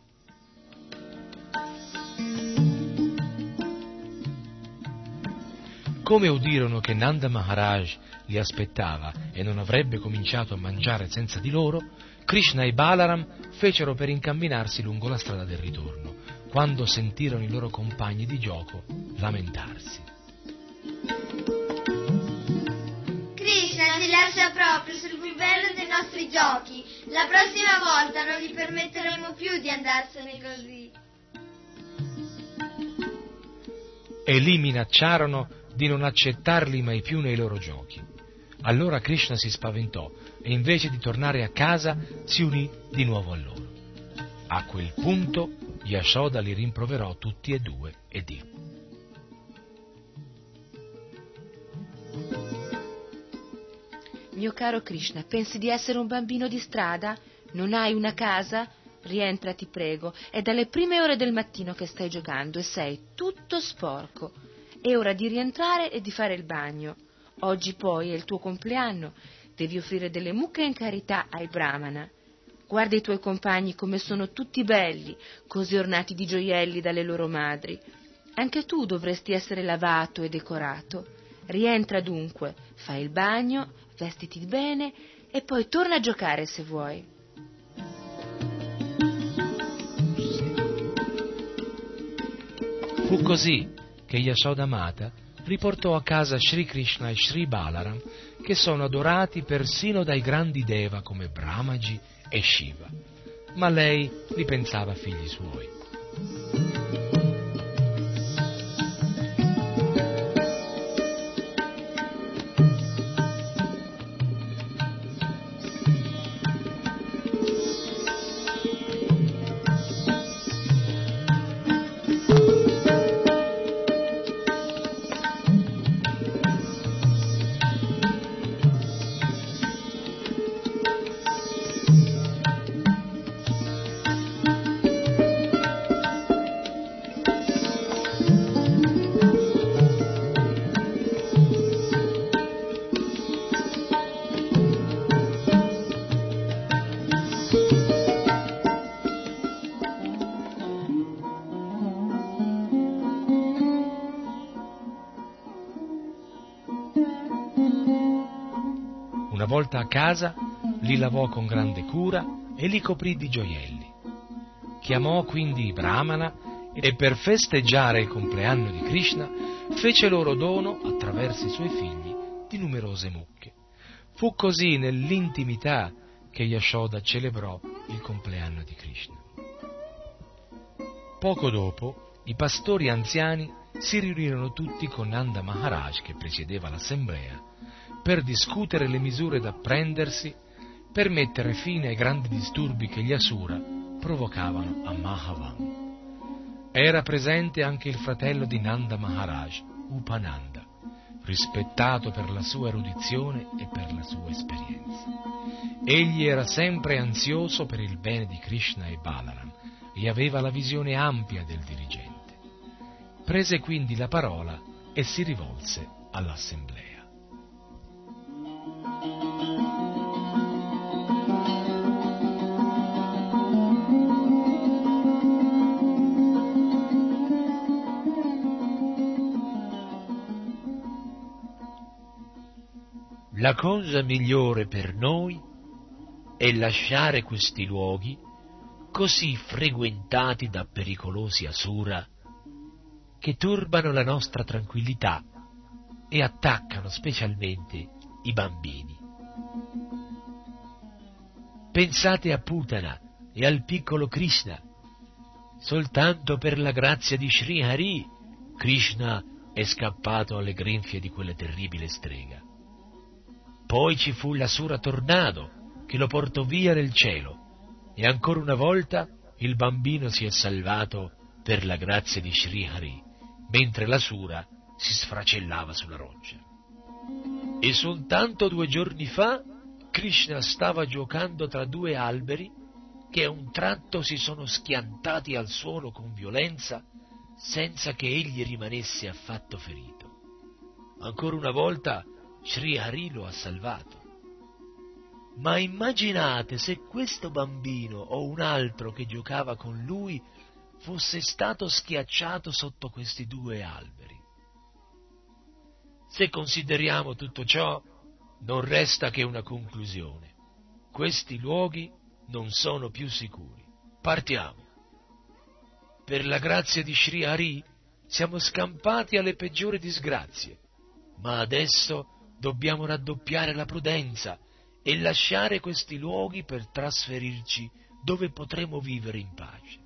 Come udirono che Nanda Maharaj li aspettava e non avrebbe cominciato a mangiare senza di loro, Krishna e Balaram fecero per incamminarsi lungo la strada del ritorno, quando sentirono i loro compagni di gioco lamentarsi. Krishna si lascia proprio sul più bello dei nostri giochi. La prossima volta non gli permetteremo più di andarsene così. E li minacciarono di non accettarli mai più nei loro giochi. Allora Krishna si spaventò e invece di tornare a casa si unì di nuovo a loro. A quel punto Yashoda li rimproverò tutti e due e disse: Mio caro Krishna, pensi di essere un bambino di strada? Non hai una casa? Rientra, ti prego. È dalle prime ore del mattino che stai giocando e sei tutto sporco. È ora di rientrare e di fare il bagno. Oggi poi è il tuo compleanno. Devi offrire delle mucche in carità ai brahmana. Guarda i tuoi compagni come sono tutti belli, così ornati di gioielli dalle loro madri. Anche tu dovresti essere lavato e decorato. Rientra dunque, fai il bagno, vestiti bene e poi torna a giocare se vuoi. Fu così che Yashoda Mata riportò a casa Sri Krishna e Sri Balaram, che sono adorati persino dai grandi deva come Brahmaji e Shiva, ma lei li pensava figli suoi. Una volta a casa, li lavò con grande cura e li coprì di gioielli. Chiamò quindi i Brahmana e per festeggiare il compleanno di Krishna fece loro dono, attraverso i suoi figli, di numerose mucche. Fu così nell'intimità che Yashoda celebrò il compleanno di Krishna. Poco dopo, i pastori anziani si riunirono tutti con Nanda Maharaj, che presiedeva l'assemblea, per discutere le misure da prendersi per mettere fine ai grandi disturbi che gli Asura provocavano a Mahavan. Era presente anche il fratello di Nanda Maharaj, Upananda, rispettato per la sua erudizione e per la sua esperienza. Egli era sempre ansioso per il bene di Krishna e Balaram e aveva la visione ampia del dirigente. Prese quindi la parola e si rivolse all'assemblea. La cosa migliore per noi è lasciare questi luoghi così frequentati da pericolosi asura che turbano la nostra tranquillità e attaccano specialmente i bambini. Pensate a Putana e al piccolo Krishna. Soltanto per la grazia di Sri Hari, Krishna è scappato alle grinfie di quella terribile strega. Poi ci fu l'Asura Tornado che lo portò via nel cielo e ancora una volta il bambino si è salvato per la grazia di Sri Hari, mentre l'Asura si sfracellava sulla roccia. E soltanto due giorni fa Krishna stava giocando tra due alberi che a un tratto si sono schiantati al suolo con violenza senza che egli rimanesse affatto ferito. Ancora una volta Sri Hari lo ha salvato. Ma immaginate se questo bambino o un altro che giocava con lui fosse stato schiacciato sotto questi due alberi. Se consideriamo tutto ciò, non resta che una conclusione. Questi luoghi non sono più sicuri. Partiamo. Per la grazia di Sri Hari siamo scampati alle peggiori disgrazie, ma adesso dobbiamo raddoppiare la prudenza e lasciare questi luoghi per trasferirci dove potremo vivere in pace.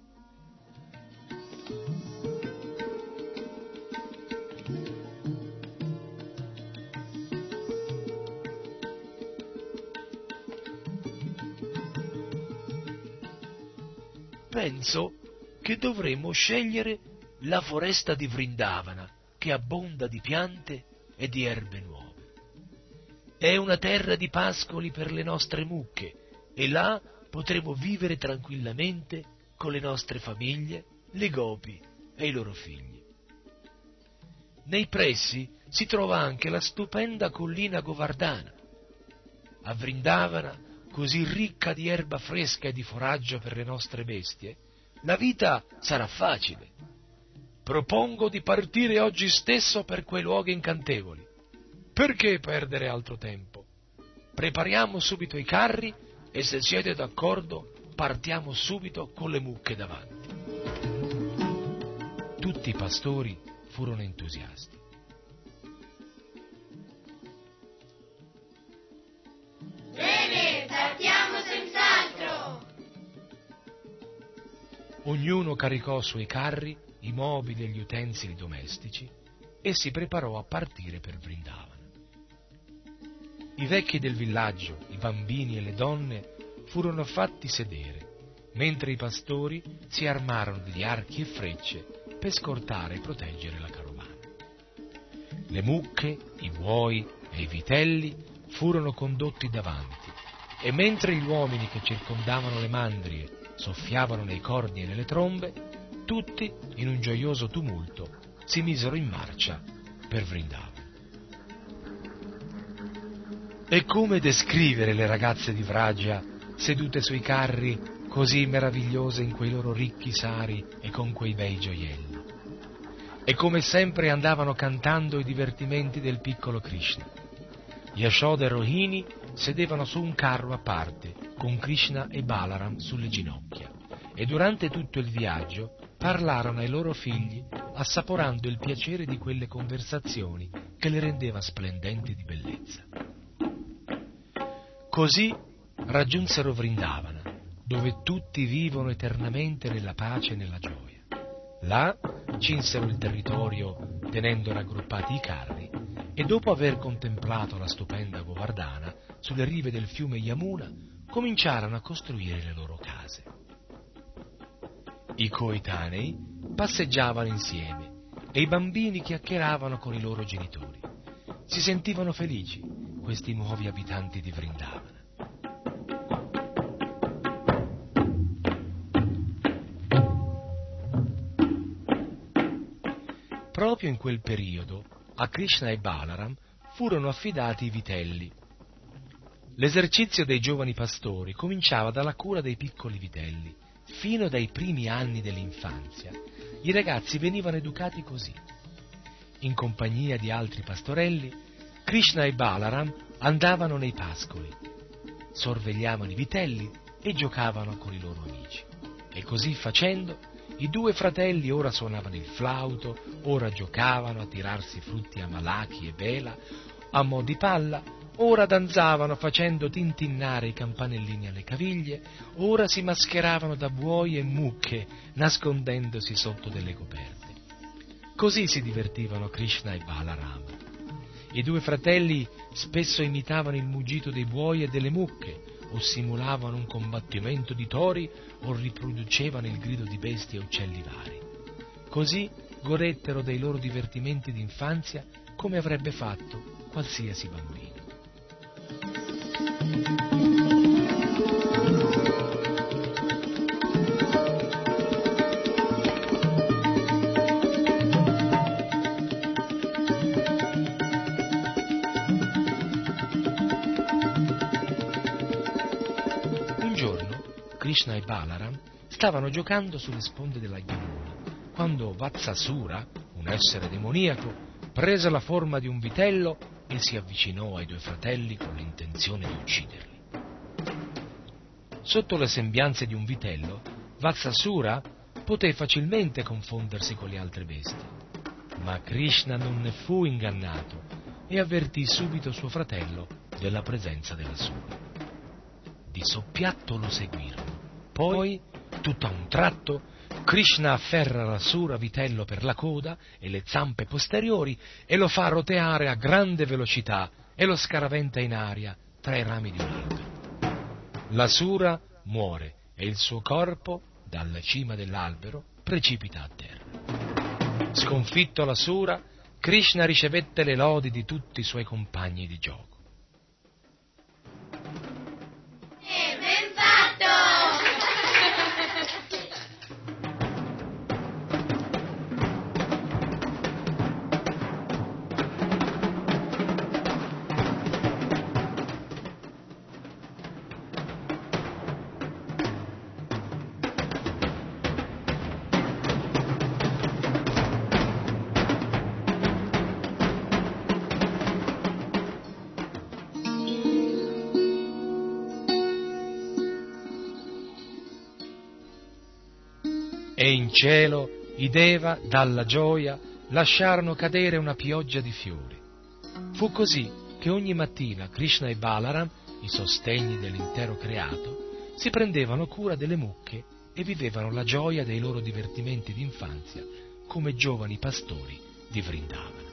Penso che dovremmo scegliere la foresta di Vrindavana, che abbonda di piante e di erbe nuove. È una terra di pascoli per le nostre mucche e là potremo vivere tranquillamente con le nostre famiglie, le gopi e i loro figli. Nei pressi si trova anche la stupenda collina Govardhana. A Vrindavana, così ricca di erba fresca e di foraggio per le nostre bestie, la vita sarà facile. Propongo di partire oggi stesso per quei luoghi incantevoli. Perché perdere altro tempo? Prepariamo subito i carri e, se siete d'accordo, partiamo subito con le mucche davanti. Tutti i pastori furono entusiasti. Bene, partiamo senz'altro! Ognuno caricò sui carri i mobili e gli utensili domestici e si preparò a partire per Vrindavana. I vecchi del villaggio, i bambini e le donne furono fatti sedere, mentre i pastori si armarono di archi e frecce per scortare e proteggere la carovana. Le mucche, i buoi e i vitelli furono condotti davanti, e mentre gli uomini che circondavano le mandrie soffiavano nei corni e nelle trombe, tutti, in un gioioso tumulto, si misero in marcia per Vrindavana. E come descrivere le ragazze di Vraja sedute sui carri così meravigliose in quei loro ricchi sari e con quei bei gioielli? E come sempre andavano cantando i divertimenti del piccolo Krishna. Yashoda e Rohini sedevano su un carro a parte, con Krishna e Balaram sulle ginocchia, e durante tutto il viaggio parlarono ai loro figli, assaporando il piacere di quelle conversazioni che le rendeva splendenti di bellezza. Così raggiunsero Vrindavana, dove tutti vivono eternamente nella pace e nella gioia. Là cinsero il territorio tenendo raggruppati i carri, e dopo aver contemplato la stupenda Govardhana sulle rive del fiume Yamuna, cominciarono a costruire le loro case. I coetanei passeggiavano insieme e i bambini chiacchieravano con i loro genitori. Si sentivano felici, questi nuovi abitanti di Vrindavana. Proprio in quel periodo a Krishna e Balaram furono affidati i vitelli. L'esercizio dei giovani pastori cominciava dalla cura dei piccoli vitelli. Fino dai primi anni dell'infanzia i ragazzi venivano educati così. In compagnia di altri pastorelli, Krishna e Balaram andavano nei pascoli, sorvegliavano i vitelli e giocavano con i loro amici. E così facendo, i due fratelli ora suonavano il flauto, ora giocavano a tirarsi frutti a malachi e bela, a mo' di palla, ora danzavano facendo tintinnare i campanellini alle caviglie, ora si mascheravano da buoi e mucche, nascondendosi sotto delle coperte. Così si divertivano Krishna e Balaram. I due fratelli spesso imitavano il muggito dei buoi e delle mucche, o simulavano un combattimento di tori, o riproducevano il grido di bestie e uccelli vari. Così godettero dei loro divertimenti d'infanzia come avrebbe fatto qualsiasi bambino. Un giorno Krishna e Balaram stavano giocando sulle sponde della Yamuna, quando Vatsasura, un essere demoniaco, prese la forma di un vitello e si avvicinò ai due fratelli con l'intenzione di ucciderli. Sotto le sembianze di un vitello, Vatsasura poté facilmente confondersi con le altre bestie, ma Krishna non ne fu ingannato e avvertì subito suo fratello della presenza dell'asura. di soppiatto lo seguirono. Poi, tutto a un tratto, Krishna afferra l'asura vitello per la coda e le zampe posteriori e lo fa roteare a grande velocità e lo scaraventa in aria tra i rami di un albero. L'asura muore e il suo corpo, dalla cima dell'albero, precipita a terra. Sconfitto l'asura, Krishna ricevette le lodi di tutti i suoi compagni di gioco. Eh, ben fatto! E in cielo i Deva, dalla gioia, lasciarono cadere una pioggia di fiori. Fu così che ogni mattina Krishna e Balaram, i sostegni dell'intero creato, si prendevano cura delle mucche e vivevano la gioia dei loro divertimenti d'infanzia come giovani pastori di Vrindavana.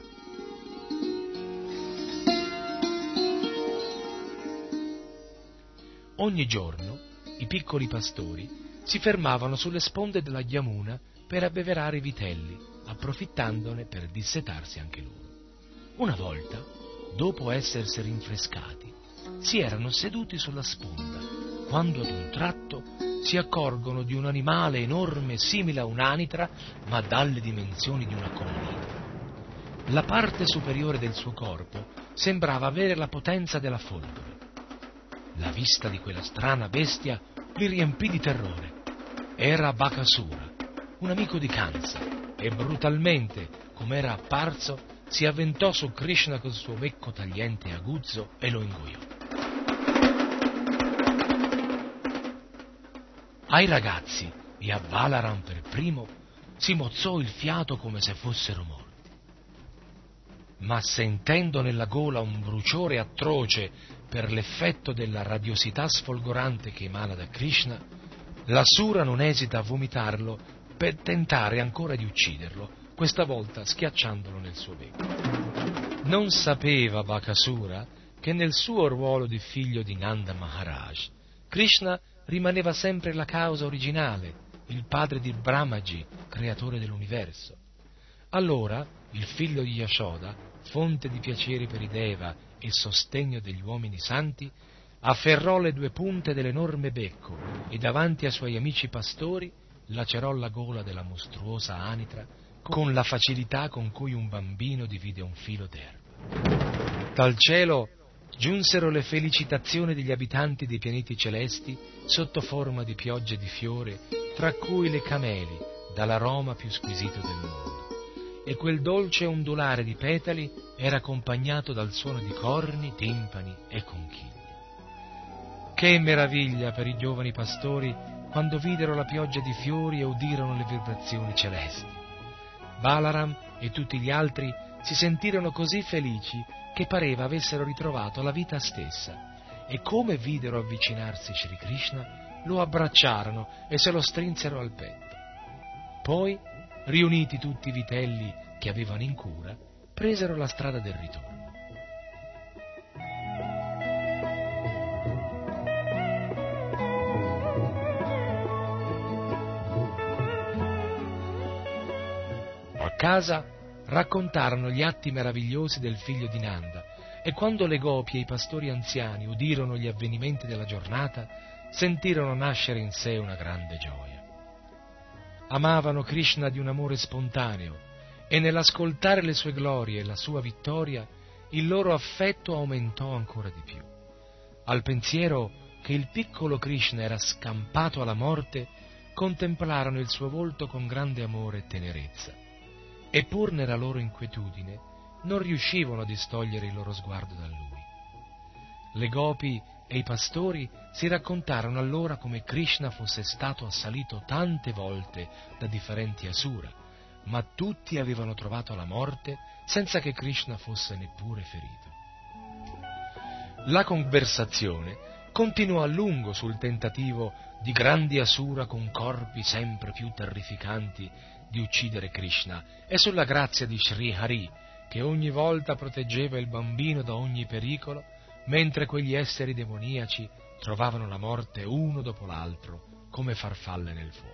Ogni giorno i piccoli pastori si fermavano sulle sponde della Yamuna per abbeverare i vitelli, approfittandone per dissetarsi anche loro. Una volta, dopo essersi rinfrescati, si erano seduti sulla sponda, quando ad un tratto si accorgono di un animale enorme simile a un'anitra, ma dalle dimensioni di una collina. La parte superiore del suo corpo sembrava avere la potenza della folgore. La vista di quella strana bestia li riempì di terrore. Era Bakasura, un amico di Kansa, e brutalmente, come era apparso, si avventò su Krishna col suo becco tagliente e aguzzo e lo ingoiò. Ai ragazzi e a Balaram per primo si mozzò il fiato come se fossero morti. Ma sentendo nella gola un bruciore atroce per l'effetto della radiosità sfolgorante che emana da Krishna, l'asura non esita a vomitarlo per tentare ancora di ucciderlo, questa volta schiacciandolo nel suo becco. Non sapeva Bakasura che nel suo ruolo di figlio di Nanda Maharaj, Krishna rimaneva sempre la causa originale, il padre di Brahmaji, creatore dell'universo. Allora il figlio di Yashoda, fonte di piaceri per i Deva e sostegno degli uomini santi, afferrò le due punte dell'enorme becco e davanti ai suoi amici pastori lacerò la gola della mostruosa anitra con la facilità con cui un bambino divide un filo d'erba. Dal cielo giunsero le felicitazioni degli abitanti dei pianeti celesti sotto forma di piogge di fiore, tra cui le cameli, dall'aroma più squisito del mondo. E quel dolce ondulare di petali era accompagnato dal suono di corni, timpani e conchiglie. Che meraviglia per i giovani pastori quando videro la pioggia di fiori e udirono le vibrazioni celesti. Balaram e tutti gli altri si sentirono così felici che pareva avessero ritrovato la vita stessa, e come videro avvicinarsi Shri Krishna, lo abbracciarono e se lo strinsero al petto. Poi, riuniti tutti i vitelli che avevano in cura, presero la strada del ritorno. A casa raccontarono gli atti meravigliosi del figlio di Nanda, e quando le gopi e i pastori anziani udirono gli avvenimenti della giornata, sentirono nascere in sé una grande gioia. Amavano Krishna di un amore spontaneo, e nell'ascoltare le sue glorie e la sua vittoria, il loro affetto aumentò ancora di più. Al pensiero che il piccolo Krishna era scampato alla morte, contemplarono il suo volto con grande amore e tenerezza. E pur nella loro inquietudine non riuscivano a distogliere il loro sguardo da lui. Le gopi e i pastori si raccontarono allora come Krishna fosse stato assalito tante volte da differenti asura, ma tutti avevano trovato la morte senza che Krishna fosse neppure ferito. La conversazione continuò a lungo sul tentativo di grandi asura con corpi sempre più terrificanti di uccidere Krishna e sulla grazia di Sri Hari, che ogni volta proteggeva il bambino da ogni pericolo, mentre quegli esseri demoniaci trovavano la morte uno dopo l'altro come farfalle nel fuoco.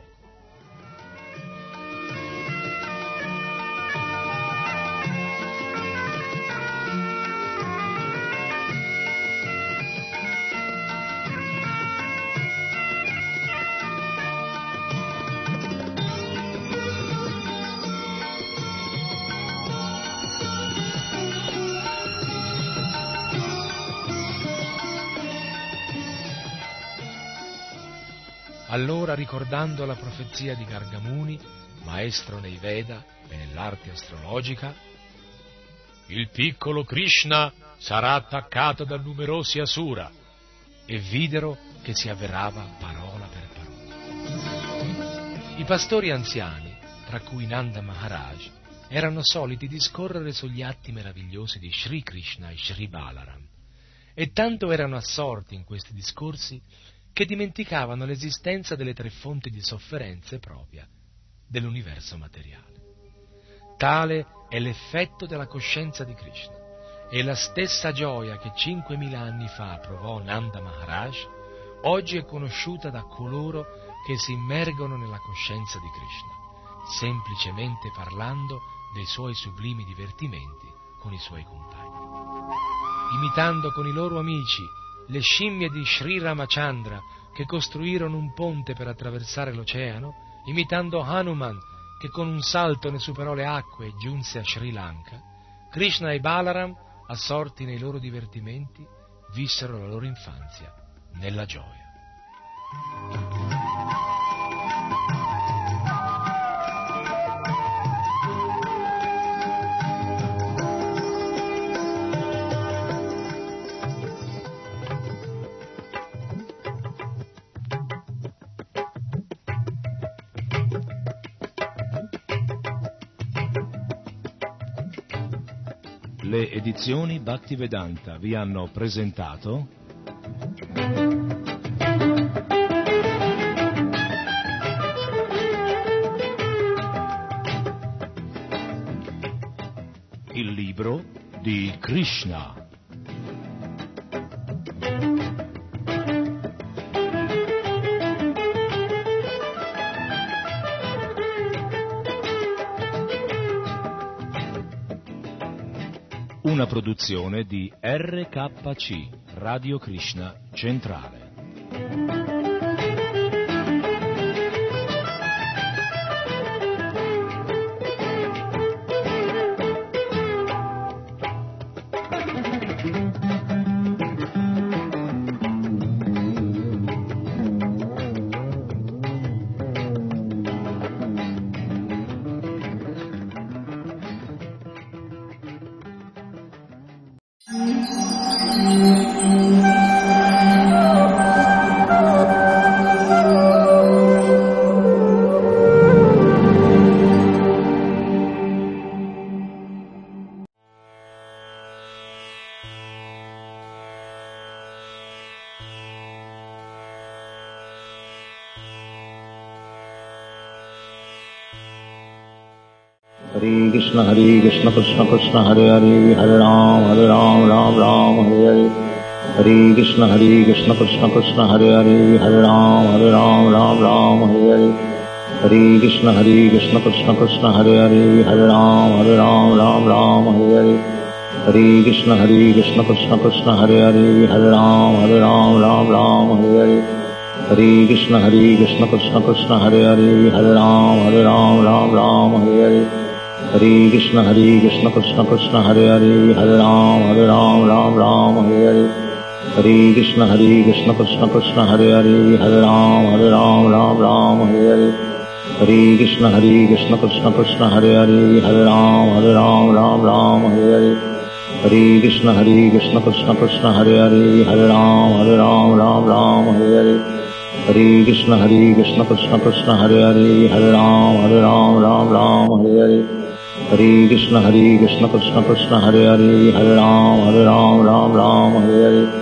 Allora, ricordando la profezia di Gargamuni, maestro nei Veda e nell'arte astrologica, il piccolo Krishna sarà attaccato da numerosi asura, e videro che si avverava parola per parola. I pastori anziani, tra cui Nanda Maharaj, erano soliti discorrere sugli atti meravigliosi di Sri Krishna e Sri Balaram, e tanto erano assorti in questi discorsi che dimenticavano l'esistenza delle tre fonti di sofferenze propria dell'universo materiale. Tale è l'effetto della coscienza di Krishna, e la stessa gioia che cinquemila anni fa provò Nanda Maharaj oggi è conosciuta da coloro che si immergono nella coscienza di Krishna, semplicemente parlando dei suoi sublimi divertimenti con i suoi compagni. Imitando con i loro amici le scimmie di Sri Ramachandra che costruirono un ponte per attraversare l'oceano, imitando Hanuman che con un salto ne superò le acque e giunse a Sri Lanka, Krishna e Balaram, assorti nei loro divertimenti, vissero la loro infanzia nella gioia. Le edizioni Bhaktivedanta vi hanno presentato il libro di Krishna. Una produzione di R K C, Radio Krishna Centrale. Hare Krishna, Hare Krishna, Krishna Krishna, Hare Hare, Hare Ram, Hare Ram, Ram Ram, Hare Hare. Hare Krishna, Hare Krishna, Krishna Krishna, Hare Hare, Hare Ram, Hare Ram, Ram Ram, Hare Hare. Hare Krishna, Hare Krishna, Krishna Krishna, Hare Hare, Hare Ram, Hare Ram, Ram Ram, Hare Hare. Hare Krishna, Hare Krishna, Krishna Krishna, Hare Hare, Hare Ram, Hare Ram, Ram Ram, Hare Hare. Hare Krishna, Hare Krishna, Krishna Krishna, Hare Hare, Hare Ram, Hare Ram, Ram Ram, Hare Hare. Hare Krishna, Hare Krishna, Krishna Krishna, Hare Hare, Hare Ram, Hare Ram, Ram Ram, Hare Hare. Hare Krishna, Hare Krishna, Krishna Krishna, Hare Hare, Hare Ram, Hare Ram, Ram Ram, Hare Hare. Hare Krishna, Hare Krishna, Krishna Krishna, Hare Hare, Hare Ram, Hare Ram, Ram Ram, Hare Hare. Hare Krishna, Hare Krishna, Krishna Krishna, Hare Hare, Hare Ram, Hare Ram, Ram Ram, Hare Hare. Hare Krishna, Hare Krishna, Krishna Krishna, Hare Hare, Hare Ram, Hare Ram, Ram Ram, Hare Hare. Hare Krishna, Hare Krishna, Krishna Krishna, Hare Hare, Hare Ram, Hare Ram, Ram Ram, Hare Hare.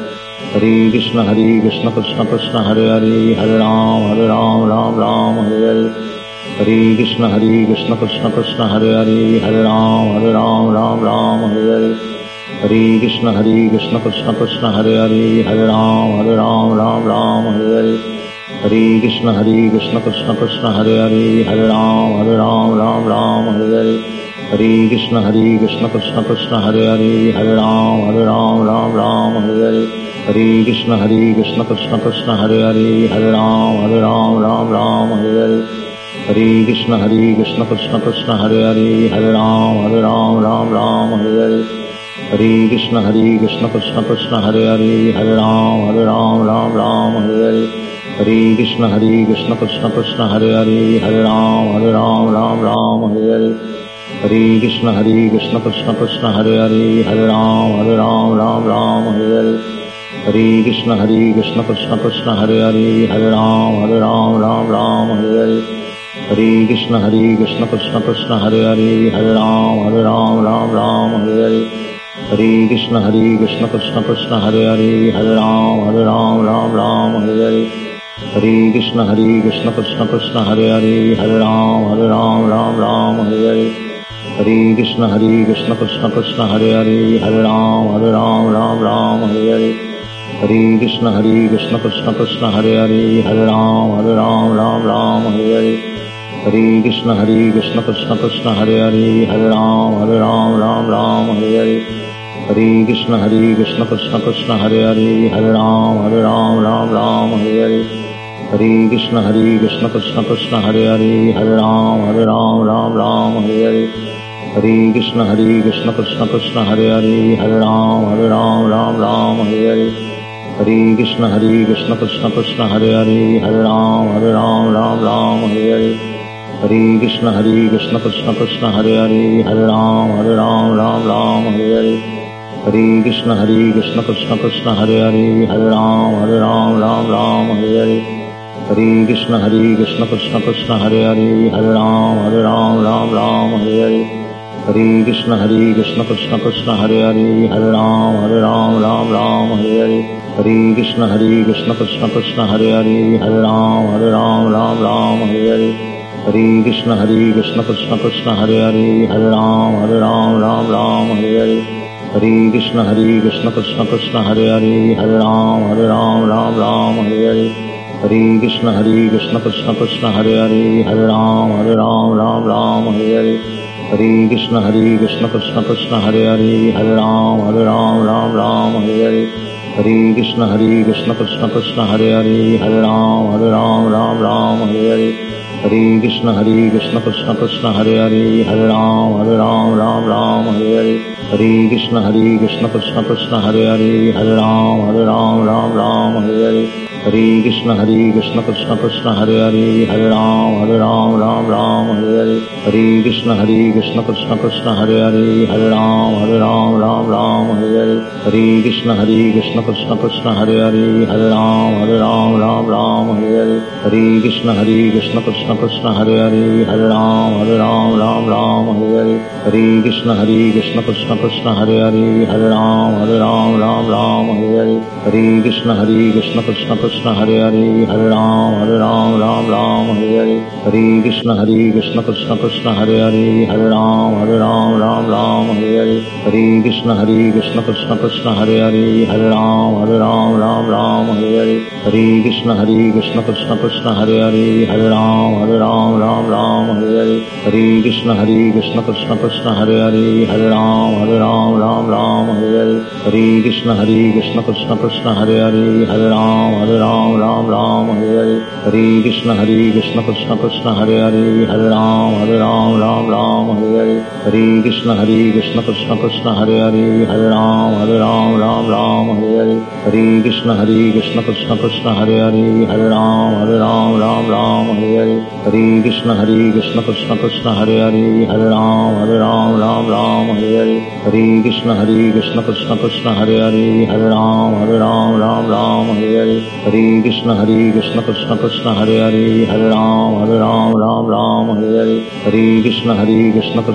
Hare Krishna Hare Krishna Krishna Krishna Hare Hare Hare Ram Hare Ram Ram Ram Hare Hare Hare Krishna Hare Krishna Krishna Krishna Hare Hare Hare Ram Hare Ram Ram Ram Hare Hare Hare Krishna Hare Krishna Krishna Krishna Hare Hare Hare Ram Hare Ram Ram Ram Hare Hare Hare Krishna Hare Krishna Krishna Krishna Hare Hare Hare Ram Hare Ram Ram Ram Hare Hare Hare Krishna Hare Krishna Krishna Krishna Hare Hare Hare Ram Hare Ram Ram Ram Hare Hare Hare Krishna Hare Krishna Krishna Krishna Hare Hare Hare Ram Hare Ram Ram Ram Hare Hare Hare Krishna Hare Krishna Krishna Krishna Hare Hare Hare Ram Hare Ram Ram Ram Hare Hare Hare Krishna Hare Krishna Krishna Krishna Hare Hare Hare Ram Hare Ram Ram Ram Hare Hare Hare Krishna Hare Krishna Krishna Krishna Hare Hare Hare Ram Hare Ram Ram Ram Hare Hare Hare Krishna Hare Krishna Krishna Krishna Hare Hare Hare Ram Hare Ram Ram Ram Hare Hare Hare Krishna Hare Krishna Krishna Krishna Hare Hare Hare Ram Hare Ram Ram Ram Hare Hare Hare Krishna Hare Krishna Krishna Krishna Hare Hare Hare Ram Hare Ram Ram Ram Hare Hare Hare Krishna Hare Krishna Krishna Krishna Hare Hare Hare Ram Hare Ram Ram Ram Hare Hare Hare Krishna Hare Krishna Krishna Krishna Hare Hare Hare Ram Hare Ram Ram Ram Hare Hare Hare Krishna Hare Krishna Krishna Krishna Hare Hare Hare Ram Hare Ram Ram Ram Hare Hare Hare Krishna Hare Krishna Krishna Krishna Hare Hare Hare Ram Hare Ram Ram Ram Hare Hare Hare Krishna Hare Krishna Krishna Krishna Hare Hare Hare Ram Hare Ram Ram Ram Hare Hare Hare Krishna Hare Krishna Krishna Krishna Hare Hare Hare Ram Hare Ram Ram Ram Hare Hare Hare Krishna Hare Krishna Krishna Krishna Hare Hare Hare Ram Hare Ram Ram Ram Hare Hare Hare Krishna Hare Krishna Krishna Krishna Hare Hare Hare Ram Hare Ram Ram Ram Hare Hare Hare Krishna Hare Krishna Krishna Krishna Hare Hare Hare Ram Hare Ram Ram Ram Hare Hare Hare Krishna Hare Krishna Krishna Krishna Hare Hare Hare Ram Hare Ram Ram Ram Hare Hare Hare Krishna Hare Krishna Krishna Krishna Hare Hare Hare Ram Hare Ram Ram Ram Hare Hare Hare Krishna Hare Krishna Krishna Krishna Hare Hare Hare Ram Hare Ram Ram Ram Hare Hare Hare Krishna Hare Krishna Krishna Krishna Hare Hare Hare Ram Hare Ram Ram Ram Hare Hare Hare Krishna Hare Krishna Krishna Krishna Hare Hare Hare Ram Hare Ram Ram Ram Hare Hare Hare Krishna Hare Krishna Krishna Krishna Hare Hare Hare Ram Hare Ram Ram Ram Hare Hare Hare Krishna Hare Krishna Krishna Krishna Hare Hare Hare Ram Hare Ram Ram Ram Hare Hare Hare Krishna Hare Krishna Krishna Krishna Hare Hare Hare Ram Hare Ram Ram Ram Hare Hare Hare Krishna Hare Krishna Krishna Krishna Hare Hare Hare Ram Hare Ram Ram Ram Hare Hare Hare Krishna Hare Krishna Krishna Krishna Hare Hare Hare Ram Hare Ram Ram Ram Hare Hare Hare Krishna Hare Krishna Krishna Krishna Hare Hare Hare Ram Hare Ram Ram Ram Hare Hare Hare Krishna Hare Krishna Krishna Krishna Hare Hare Hare Ram Hare Ram Ram Ram Hare Hare Hare Krishna Hare Krishna Krishna Krishna Hare Hare Hare Ram Hare Ram Ram Ram Hare Hare Hare Krishna Hare Krishna Krishna Krishna Hare Hare Hare Ram Hare Ram Ram Ram Hare Hare Hare Krishna Hare Krishna Krishna Krishna Hare Hare Hare Ram Hare Ram Ram Ram Hare Hare Hare Krishna Hare Krishna Krishna Krishna Hare Hare Hare Ram Hare Ram Ram Ram Hare Hare Hare Krishna Hare Krishna Krishna Krishna Hare Hare Hare Ram Hare Ram Ram Ram Hare Hare Hare Krishna Hare Krishna Krishna Krishna Hare Hare Hare Ram Hare Ram Ram Ram Hare Hare Hare Krishna Hare Krishna Krishna Krishna Hare Hare Hare Ram Hare Ram Ram Ram Hare Hare Hare Krishna Hare Krishna Krishna Krishna Hare Hare Hare Ram Hare Ram Ram Ram Hare Hare Hare Krishna Hare Krishna Krishna Krishna Hare Hare Hare Ram Hare Ram Ram Ram Hare Hare Hare Krishna Hare Krishna Krishna Krishna Hare Hare Hare Ram Hare Ram Ram Ram Hare Hare Hare Krishna Hare Krishna Krishna Krishna Hare Hare Hare Ram Hare Ram Ram Ram Hare Hare Hare Krishna Hare Krishna Krishna Krishna Hare Hare Hare Ram Hare Ram Ram Ram Hare Hare Hare Krishna Hare Krishna Krishna Krishna Hare Hare Hare Ram Hare Ram Ram Ram Hare Hare Hare Krishna Hare Krishna Krishna Krishna Hare Hare Hare Ram Hare Ram Ram Ram Hare Hare Hare Krishna Hare Krishna Krishna Krishna Hare Hare Hare Ram Hare Ram Ram Ram Hare Hare Hare Krishna Hare Krishna Krishna Krishna Hare Hare Hare Ram Hare Ram Ram Ram Hare Hare Hare Krishna Hare Krishna Krishna Krishna Hare Hare Hare Ram Hare Ram Ram Ram Hare Hare Hare Krishna Hare Krishna Krishna Krishna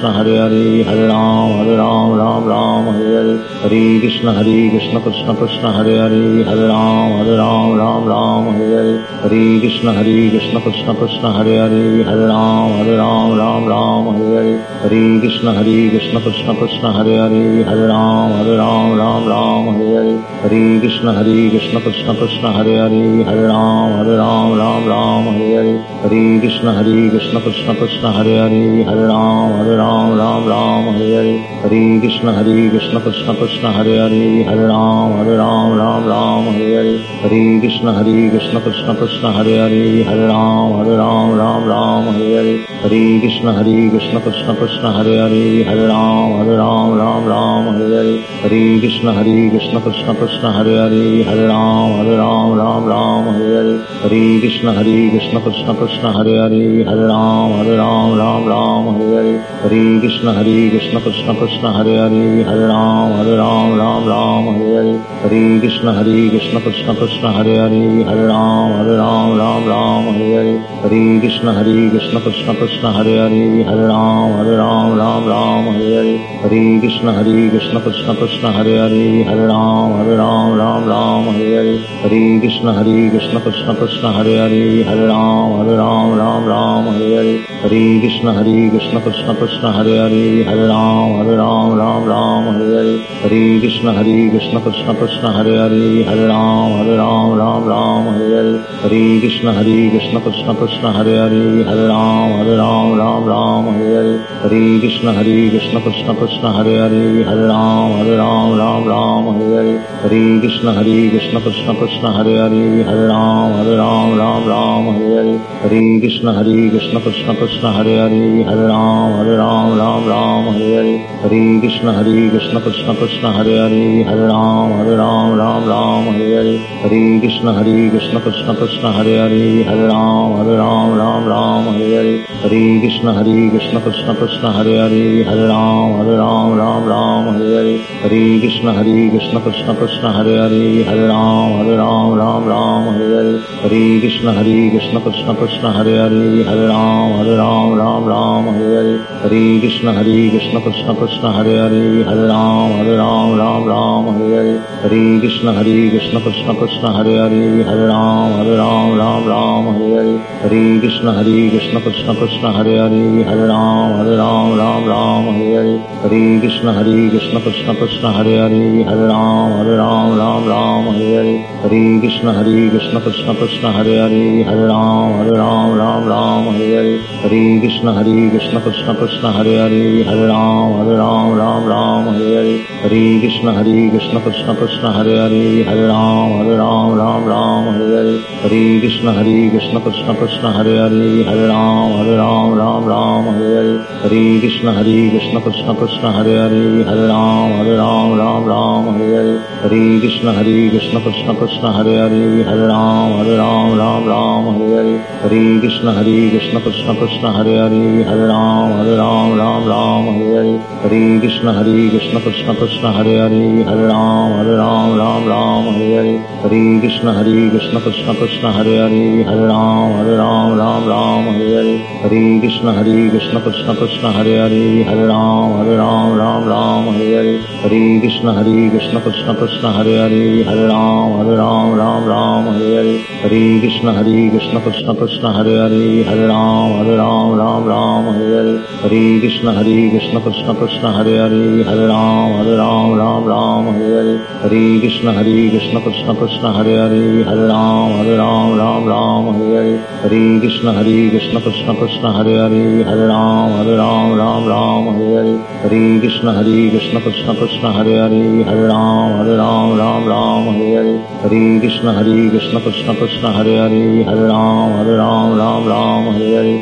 Krishna Hare Hare Hare Ram Hare Ram Ram Ram Hare Hare Hare Krishna Hare Krishna Krishna Krishna Hare Hare Hare Ram Hare Ram Ram Ram Hare Hare Hare Krishna Hare Krishna Krishna Krishna Hare Hare Hare Ram Hare Ram Ram Ram Hare Hare Hare Krishna Hare Krishna Krishna Krishna Hare Hare Hare Ram Hare Ram Ram Ram Hare Hare Hare Krishna Hare Krishna Krishna Krishna Hare Hare Hare Ram Hare Ram Ram Ram Hare Hare Hare Krishna Hare Krishna Krishna Krishna Hare Hare Hare Ram Hare Ram Ram Ram Hare Hare Hare Krishna Hare Krishna Krishna Krishna Hare Hare Hare Ram Hare Ram Ram Ram Hare Hare Hare Krishna Hare Krishna Krishna Krishna Hare Hare Hare Ram Hare Ram Ram Ram Hare Hare Hare Krishna Hare Krishna Krishna Krishna Hare Hare Hare Ram Hare Ram Ram Ram Hare Hare Hare Krishna Hare Krishna Krishna Krishna Hare Hare Hare Ram Hare Ram Ram Ram Hare Hare Hare Krishna Hare Krishna Krishna Krishna Hare Hare Hare Ram Hare Ram Ram Ram Hare Hare Hare Krishna Hare Krishna Krishna Krishna Hare Hare Hare Ram Hare Ram Ram Ram Hare Hare Hare Krishna Hare Krishna Krishna Krishna Hare Hare Hare Ram Hare Ram Ram Ram Hare Hare Hare Krishna Hare Krishna Krishna Krishna Hare Hare Hare Ram Hare Ram Ram Ram Hare Hare Hare Krishna Hare Krishna Krishna Krishna Hare Hare Hare Ram Hare Ram Ram Ram Hare Hare Hare Krishna Hare Krishna Krishna Krishna Hare Hare Hare Ram Hare Ram Ram Ram Hare Hare Hare Krishna Hare Krishna Krishna Krishna Hare Hare Hare Ram Hare Ram Ram Ram Hare Hare Hare Krishna Hare Krishna Krishna Krishna Hare Hare Hare Ram Hare Ram Ram Ram Hare Hare Hare Krishna Hare Krishna Krishna Krishna Hare Hare Hare Ram Hare Ram Ram Ram Hare Hare Hare Krishna Hare Krishna Krishna Krishna Hare Hare Hare Ram Hare Ram Ram Ram Hare Hare Hare Krishna Hare Krishna Krishna Krishna Hare Hare Hare Ram Hare Ram Ram Ram Hare Hare Hare Krishna Hare Krishna Krishna Krishna Hare Hare Hare Ram Hare Ram Ram Ram Hare Hare Hare Krishna Hare Krishna Krishna Krishna Hare Hare Hare Ram Hare Ram Ram Ram Hare Hare Hare Krishna Hare Krishna Krishna Krishna Hare Hare Hare Ram Hare Ram Ram Ram Hare Hare Hare Krishna Hare Krishna Krishna Krishna Hare Hare Hare Ram Hare Ram Ram Ram Hare Hare Hare Krishna Hare Krishna Krishna Krishna Hare Hare Hare Ram Hare Ram Ram Ram Hare Hare Hare Krishna Hare Krishna Krishna Krishna Hare Hare Hare Ram Hare Ram Ram Ram Hare Hare Hare Krishna Hare Krishna Krishna Krishna Hare Hare Hare Ram Hare Ram Ram Ram Hare Hare Hare Krishna Hare Krishna Krishna Krishna Hare Hare Hare Ram Hare Ram Ram Ram Hare Hare Hare Krishna Hare Krishna Krishna Krishna Hare Hare Hare Ram Hare Ram Ram Ram Hare Hare Hare Krishna Hare Krishna Krishna Krishna Hare Hare Hare Ram Hare Ram Ram Ram Hare Hare Hare Krishna Hare Krishna Krishna Krishna Hare Hare Hare Ram Hare Ram Ram Ram Hare Hare Hare Krishna Hare Krishna Krishna Krishna Hare Hare Hare Ram Hare Ram Ram Ram Hare Hare Hare Krishna Hare Krishna Krishna Krishna Hare Hare Hare Ram Hare Ram Ram Ram Hare Hare Hare Krishna Hare Krishna Krishna Krishna Hare Hare Hare Ram Hare Ram Ram Ram Hare Hare Hare Krishna Hare Krishna Krishna Krishna Hare Hare Hare Ram Hare Ram Ram Ram Hare Hare Hare Krishna Hare Krishna Krishna Krishna Hare Hare Hare Ram Hare Ram Ram Ram Hare Hare Hare Krishna Hare Krishna Krishna Krishna Hare Hare Hare Ram Hare Ram Ram Ram Hare Hare Hare Krishna Hare Krishna Krishna Krishna Hare Hare Hare Ram Hare Ram Ram Ram Hare Hare Hare Krishna Hare Krishna Krishna Krishna Hare Hare Hare Ram Hare Ram Ram Ram Hare Hare Hare Krishna Hare Krishna Krishna Krishna Hare Hare Hare Ram Hare Ram Ram Ram Hare Hare Hare Krishna Hare Krishna Krishna Krishna Hare Hare Hare Ram Hare Ram Ram Ram Hare Hare Hare Krishna Hare Krishna Krishna Krishna Hare Hare Hare Ram Hare Ram Ram Ram Hare Hare Hare Krishna Hare Krishna Krishna Krishna Hare Hare Hare Ram Hare Ram Ram Ram Hare Hare Hare Krishna Hare Krishna Krishna Krishna Hare Hare Hare Ram Hare Ram Ram Ram Hare Hare Hare Krishna Hare Krishna Krishna Krishna Hare Hare Hare Ram Hare Ram Ram Ram Hare Hare Hare Krishna Hare Krishna Krishna Krishna Hare Hare Hare Ram Hare Ram Ram Ram Hare Hare Hare Krishna Hare Krishna Krishna Krishna Hare Hare Hare Ram Hare Ram Ram Ram Hare Hare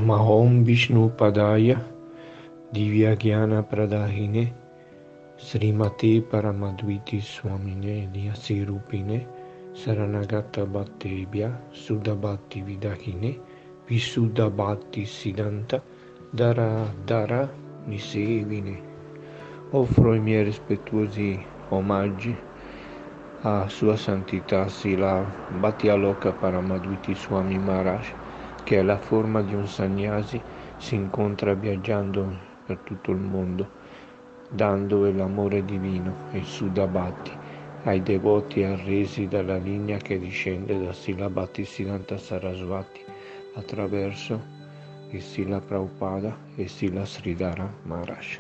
Namahom Vishnu Padaya Divyagyana Pradahine Srimate Paramadviti Swamine Niyasirupine Saranagata Bhattebhya Sudabhatti Vidahine Visuddhabhatti Siddhanta Dara Dara Nisevine. Offro i miei rispettuosi omaggi a Sua Santità Srila Bhaktialoka Paramadviti Swami Maharaj, che è la forma di un sannyasi, si incontra viaggiando per tutto il mondo, dando l'amore divino e il Suddhabhatti ai devoti arresi dalla linea che discende da Srila Bhaktisiddhanta Sarasvati attraverso il Srila Prabhupada e Srila Sridhara Maharaj.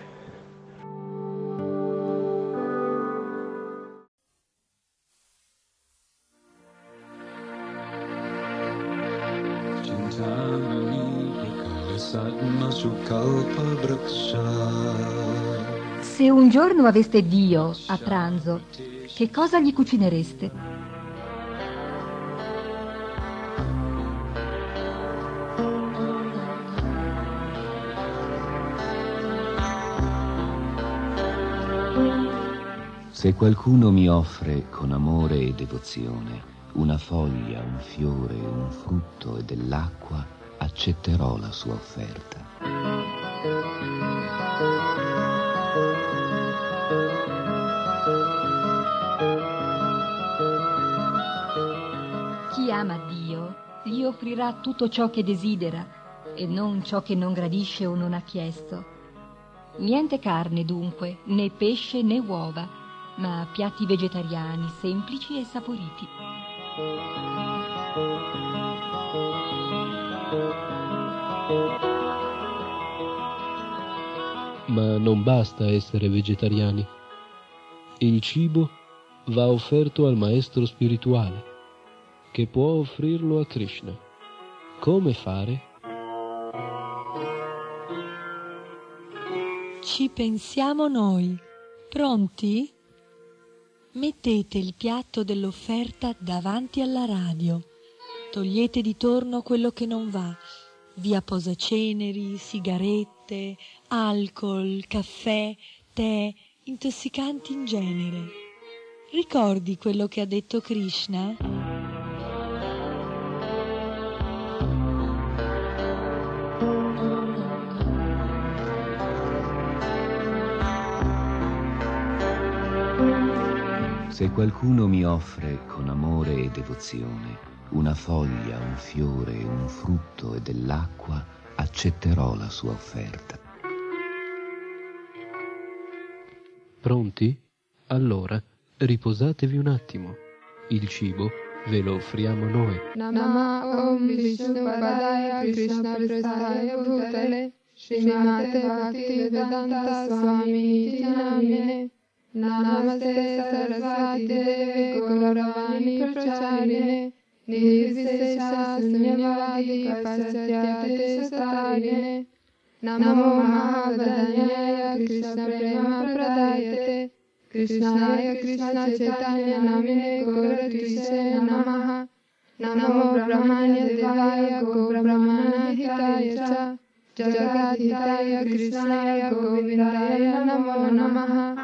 Se un giorno aveste Dio a pranzo, che cosa gli cucinereste? Se qualcuno mi offre con amore e devozione una foglia, un fiore, un frutto e dell'acqua, accetterò la sua offerta. Chi ama Dio gli offrirà tutto ciò che desidera e non ciò che non gradisce o non ha chiesto. Niente carne dunque, né pesce né uova, ma piatti vegetariani semplici e saporiti. Ma non basta essere vegetariani. Il cibo va offerto al maestro spirituale, che può offrirlo a Krishna. Come fare? Ci pensiamo noi. Pronti? Mettete il piatto dell'offerta davanti alla radio. Togliete di torno quello che non va. Via posaceneri, sigarette, alcol, caffè, tè, intossicanti in genere. Ricordi quello che ha detto Krishna? Se qualcuno mi offre con amore e devozione una foglia, un fiore, un frutto e dell'acqua, accetterò la sua offerta. Pronti? Allora, riposatevi un attimo. Il cibo ve lo offriamo noi. Nama Om Vishnu Padaya Krishna Prasthaya Bhutale Srimate Bhaktivedanta Swami Namine Namaste Sarasvati Deve Gauravani Pracharine Nirvisesha Sunyavadi Pachatyate Satarine Namo Mahavadanyaya Krishna Prema Pradayate Krishnaya Krishna Chaitanya Namine Gauratrise Namaha Namo Brahmanya Devaya Go Brahmana Hitaya Cha Jagadhitaya Krishnaya Govindaya Namo Namaha.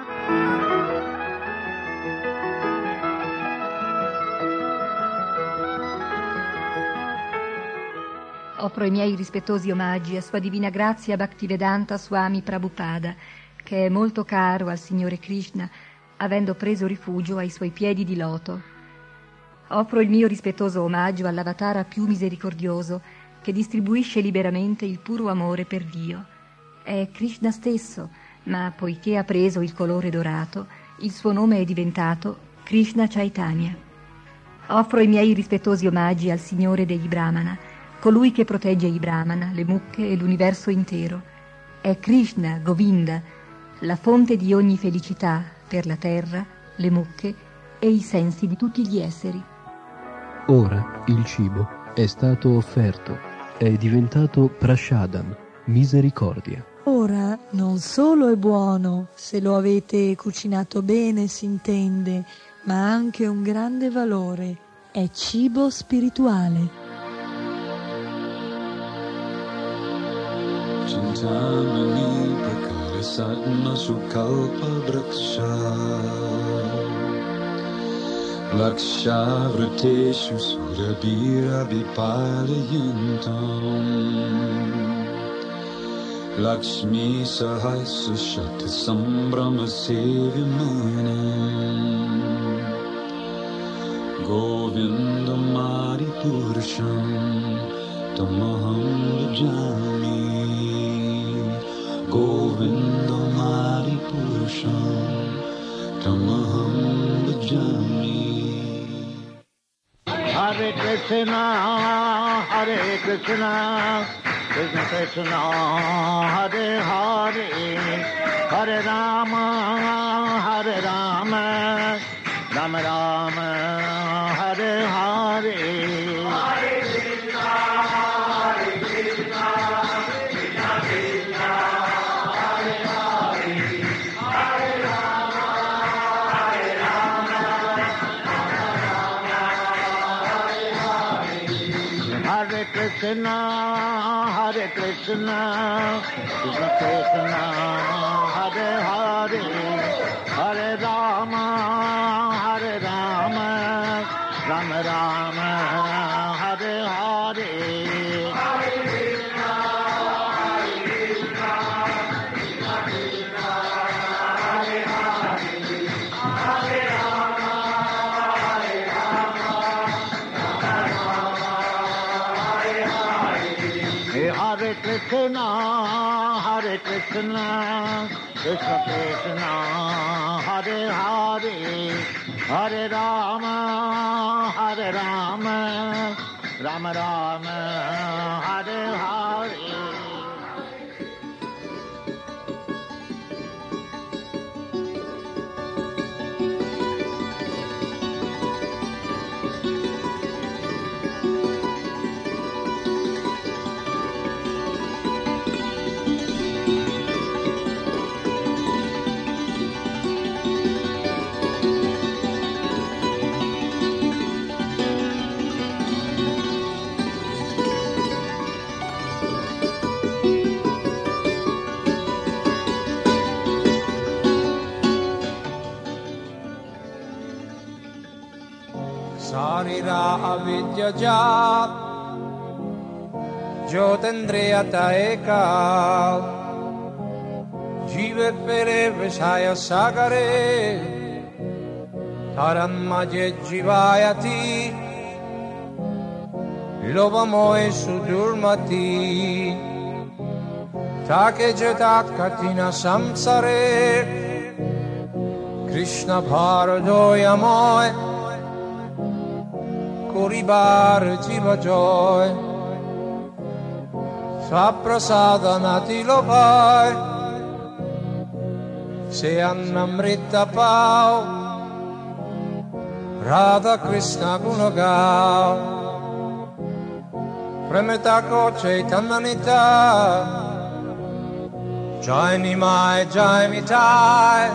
Offro i miei rispettosi omaggi a Sua Divina Grazia Bhaktivedanta Swami Prabhupada, che è molto caro al Signore Krishna, avendo preso rifugio ai suoi piedi di loto. Offro il mio rispettoso omaggio all'avatara più misericordioso, che distribuisce liberamente il puro amore per Dio. È Krishna stesso, ma poiché ha preso il colore dorato, il suo nome è diventato Krishna Chaitanya. Offro i miei rispettosi omaggi al Signore degli Brahmana, colui che protegge i Brahmana, le mucche e l'universo intero. È Krishna Govinda, la fonte di ogni felicità per la terra, le mucche e i sensi di tutti gli esseri. Ora il cibo è stato offerto, è diventato prashadam, misericordia. Ora non solo è buono, se lo avete cucinato bene si intende, ma ha anche un grande valore. È cibo spirituale. Chintamani prakara satma sukalpa vraksha Laksha vriteshu surabhira vipalayantam Lakshmi sahasra shata sambrama sevyamanam Govinda Mari Purusham Tamaham Bhajami Govinda Mari Purusham Tamaham Bhajami Hare Krishna, Hare Krishna, Krishna Krishna, Hare Hare, Hare Rama, Hare Rama, Rama Rama, Hare Hare. Hare Krishna, Hare Krishna, Krishna Krishna, Hare Hare, Hare Rama, Hare Rama, Rama Rama, Hare Hare. Hare Krishna, Hare Krishna, Krishna Krishna, Hare Hare, Hare Rama, Hare Rama, Rama Rama, Hare Hare. Hare Krishna, Hare Krishna, Krishna Krishna, Hare Hare, Hare Rama, Hare Rama, Rama Rama, Hare Hare. Hare Krishna, Hare Krishna, Krishna Krishna, Hare Hare, Hare Rama, Hare Rama, Rama Rama, Hare Hare. Sarira avidya jat Jyotendriyata eka Jivet pere vishaya sagare Taranmaje jivayati Lovamoe sudurmati Take jetat katina samsare Krishna bharadoyamoe Koribar jiva joy Svaprasadanati lopai Se annamrita pau Radha Krishna gunagau Premeta koche tananita Jai nimai jai mitai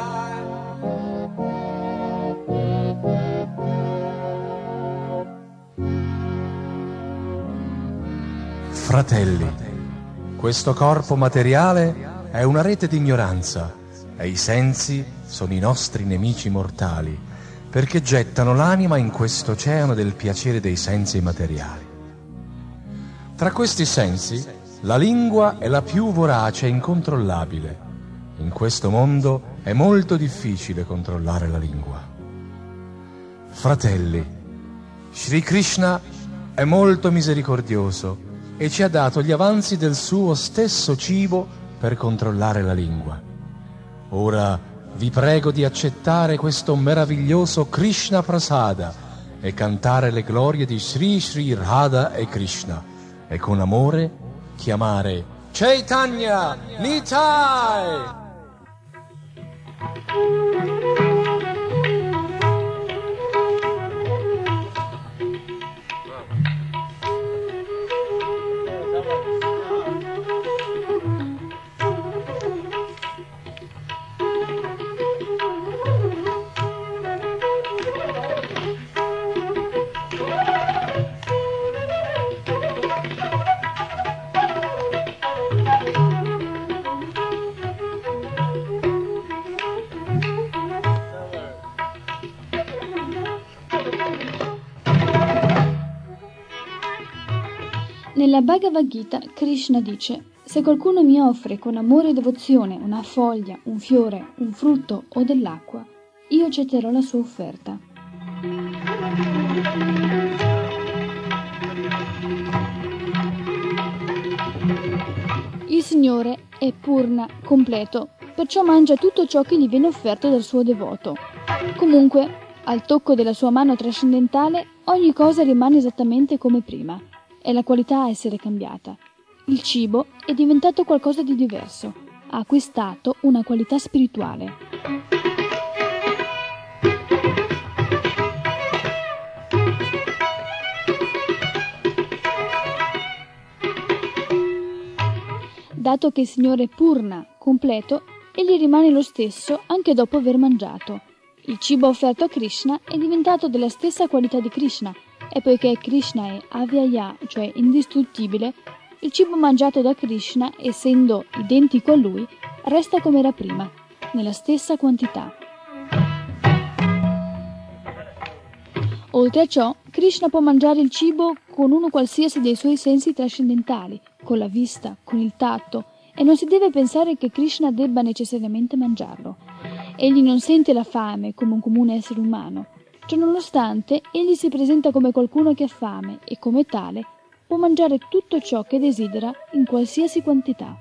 Fratelli, questo corpo materiale è una rete di ignoranza e i sensi sono i nostri nemici mortali perché gettano l'anima in questo oceano del piacere dei sensi materiali. Tra questi sensi, la lingua è la più vorace e incontrollabile. In questo mondo è molto difficile controllare la lingua. Fratelli, Sri Krishna è molto misericordioso e ci ha dato gli avanzi del suo stesso cibo per controllare la lingua. Ora vi prego di accettare questo meraviglioso Krishna Prasada e cantare le glorie di Sri Sri Radha e Krishna e con amore chiamare Chaitanya Nitai! Nella Bhagavad Gita Krishna dice: se qualcuno mi offre con amore e devozione una foglia, un fiore, un frutto o dell'acqua, io accetterò la sua offerta. Il Signore è Purna, completo, perciò mangia tutto ciò che gli viene offerto dal suo devoto. Comunque, al tocco della sua mano trascendentale, ogni cosa rimane esattamente come prima. È la qualità a essere cambiata. Il cibo è diventato qualcosa di diverso, ha acquistato una qualità spirituale. Dato che il Signore è Purna, completo, egli rimane lo stesso anche dopo aver mangiato. Il cibo offerto a Krishna è diventato della stessa qualità di Krishna, e poiché Krishna è Avyaya, cioè indistruttibile, il cibo mangiato da Krishna, essendo identico a lui, resta come era prima, nella stessa quantità. Oltre a ciò, Krishna può mangiare il cibo con uno qualsiasi dei suoi sensi trascendentali, con la vista, con il tatto, e non si deve pensare che Krishna debba necessariamente mangiarlo. Egli non sente la fame come un comune essere umano. Ciononostante, egli si presenta come qualcuno che ha fame e, come tale, può mangiare tutto ciò che desidera in qualsiasi quantità.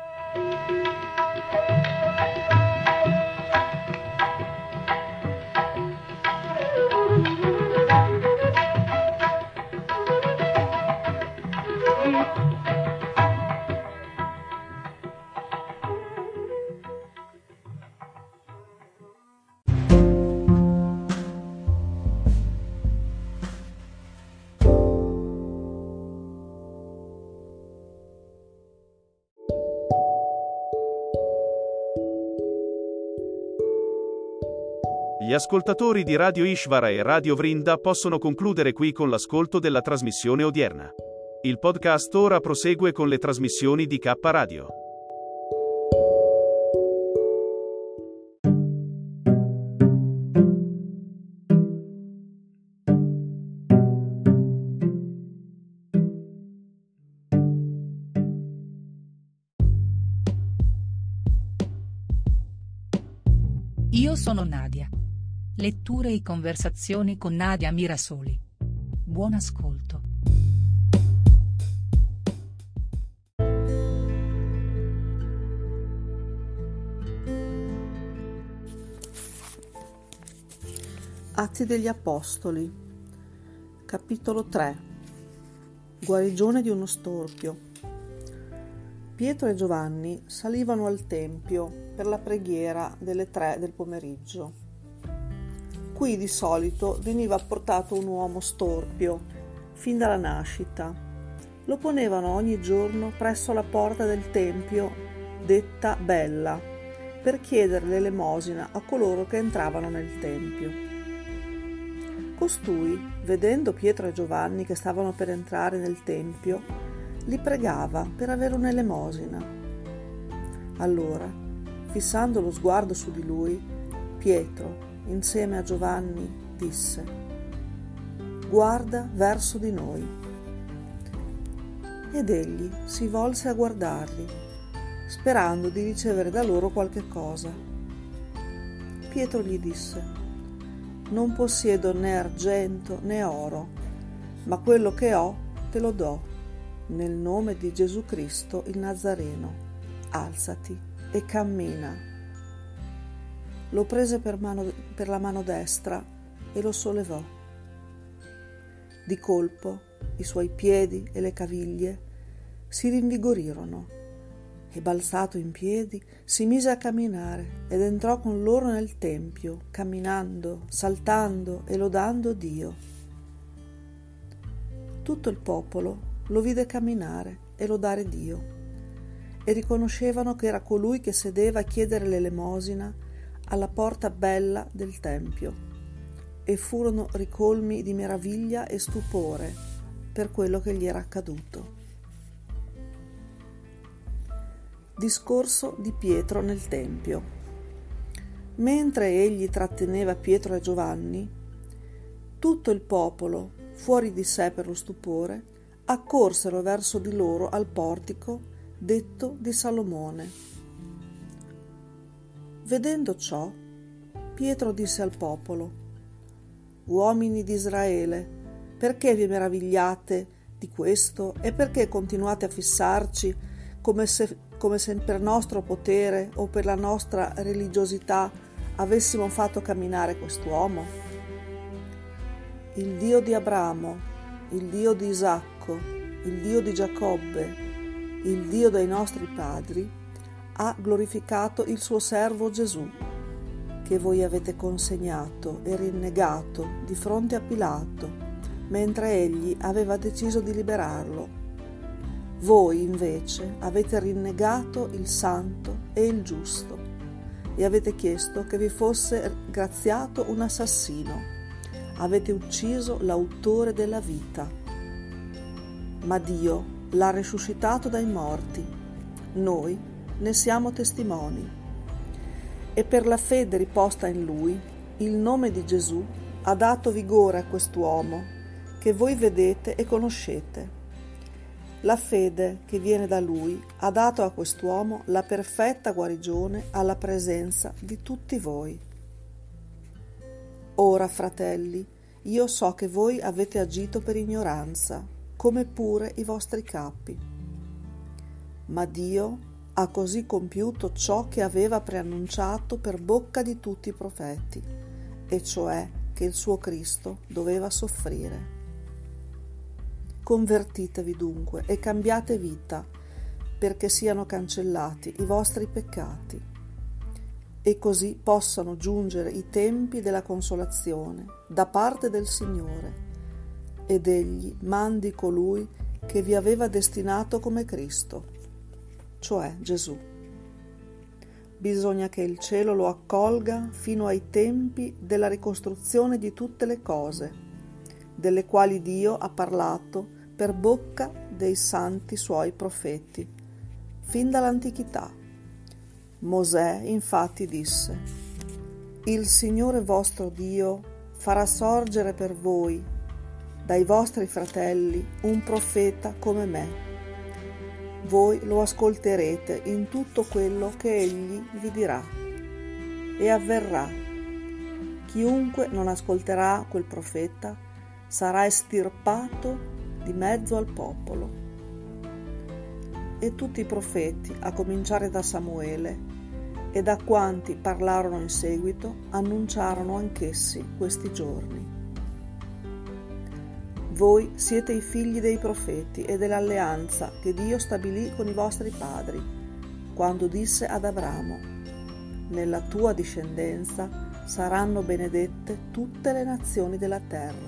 Gli ascoltatori di Radio Ishvara e Radio Vrinda possono concludere qui con l'ascolto della trasmissione odierna. Il podcast ora prosegue con le trasmissioni di K Radio. Io sono Nadia. Letture e conversazioni con Nadia Mirasoli. Buon ascolto. Atti degli Apostoli, capitolo tre. Guarigione di uno storpio. Pietro e Giovanni salivano al tempio per la preghiera delle tre del pomeriggio. Qui di solito veniva portato un uomo storpio, fin dalla nascita. Lo ponevano ogni giorno presso la porta del tempio, detta Bella, per chiedere l'elemosina a coloro che entravano nel tempio. Costui, vedendo Pietro e Giovanni che stavano per entrare nel tempio, li pregava per avere un'elemosina. Allora, fissando lo sguardo su di lui, Pietro, insieme a Giovanni, disse: «Guarda verso di noi». Ed egli si volse a guardarli, sperando di ricevere da loro qualche cosa. Pietro gli disse: «Non possiedo né argento né oro, ma quello che ho te lo do. Nel nome di Gesù Cristo il Nazareno, alzati e cammina». Lo prese per, mano, per la mano destra e lo sollevò. Di colpo i suoi piedi e le caviglie si rinvigorirono e, balzato in piedi, si mise a camminare ed entrò con loro nel tempio, camminando, saltando e lodando Dio. Tutto il popolo lo vide camminare e lodare Dio e riconoscevano che era colui che sedeva a chiedere l'elemosina alla porta bella del tempio, e furono ricolmi di meraviglia e stupore per quello che gli era accaduto. Discorso di Pietro nel tempio. Mentre egli tratteneva Pietro e Giovanni, tutto il popolo, fuori di sé per lo stupore, accorsero verso di loro al portico detto di Salomone. Vedendo ciò, Pietro disse al popolo: «Uomini di Israele, perché vi meravigliate di questo e perché continuate a fissarci come se, come se per nostro potere o per la nostra religiosità avessimo fatto camminare quest'uomo? Il Dio di Abramo, il Dio di Isacco, il Dio di Giacobbe, il Dio dei nostri padri, ha glorificato il suo servo Gesù, che voi avete consegnato e rinnegato di fronte a Pilato, mentre egli aveva deciso di liberarlo. Voi, invece, avete rinnegato il santo e il giusto e avete chiesto che vi fosse graziato un assassino. Avete ucciso l'autore della vita. Ma Dio l'ha risuscitato dai morti. Noi ne siamo testimoni. E per la fede riposta in Lui, il nome di Gesù ha dato vigore a quest'uomo che voi vedete e conoscete. La fede che viene da Lui ha dato a quest'uomo la perfetta guarigione alla presenza di tutti voi. Ora, fratelli, io so che voi avete agito per ignoranza, come pure i vostri capi. Ma Dio ha così compiuto ciò che aveva preannunciato per bocca di tutti i profeti, e cioè che il suo Cristo doveva soffrire. Convertitevi dunque e cambiate vita, perché siano cancellati i vostri peccati, e così possano giungere i tempi della consolazione da parte del Signore, ed Egli mandi colui che vi aveva destinato come Cristo, cioè Gesù. Bisogna che il cielo lo accolga fino ai tempi della ricostruzione di tutte le cose, delle quali Dio ha parlato per bocca dei santi suoi profeti, fin dall'antichità. Mosè infatti disse: «Il Signore vostro Dio farà sorgere per voi, dai vostri fratelli, un profeta come me. Voi lo ascolterete in tutto quello che egli vi dirà. E avverrà. Chiunque non ascolterà quel profeta sarà estirpato di mezzo al popolo». E tutti i profeti, a cominciare da Samuele, e da quanti parlarono in seguito, annunciarono anch'essi questi giorni. Voi siete i figli dei profeti e dell'alleanza che Dio stabilì con i vostri padri, quando disse ad Abramo: «Nella tua discendenza saranno benedette tutte le nazioni della terra».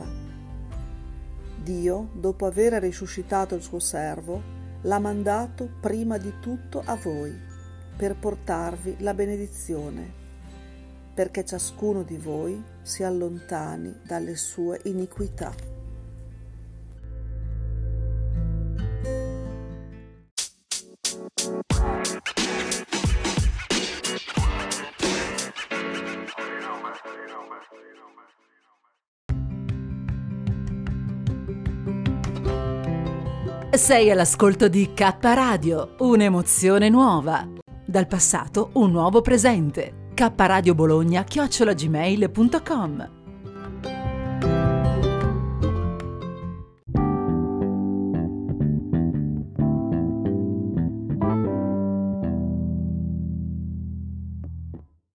Dio, dopo aver risuscitato il suo servo, l'ha mandato prima di tutto a voi, per portarvi la benedizione, perché ciascuno di voi si allontani dalle sue iniquità. Sei all'ascolto di K Radio, un'emozione nuova. Dal passato un nuovo presente. K Radio Bologna chiocciola gmail punto com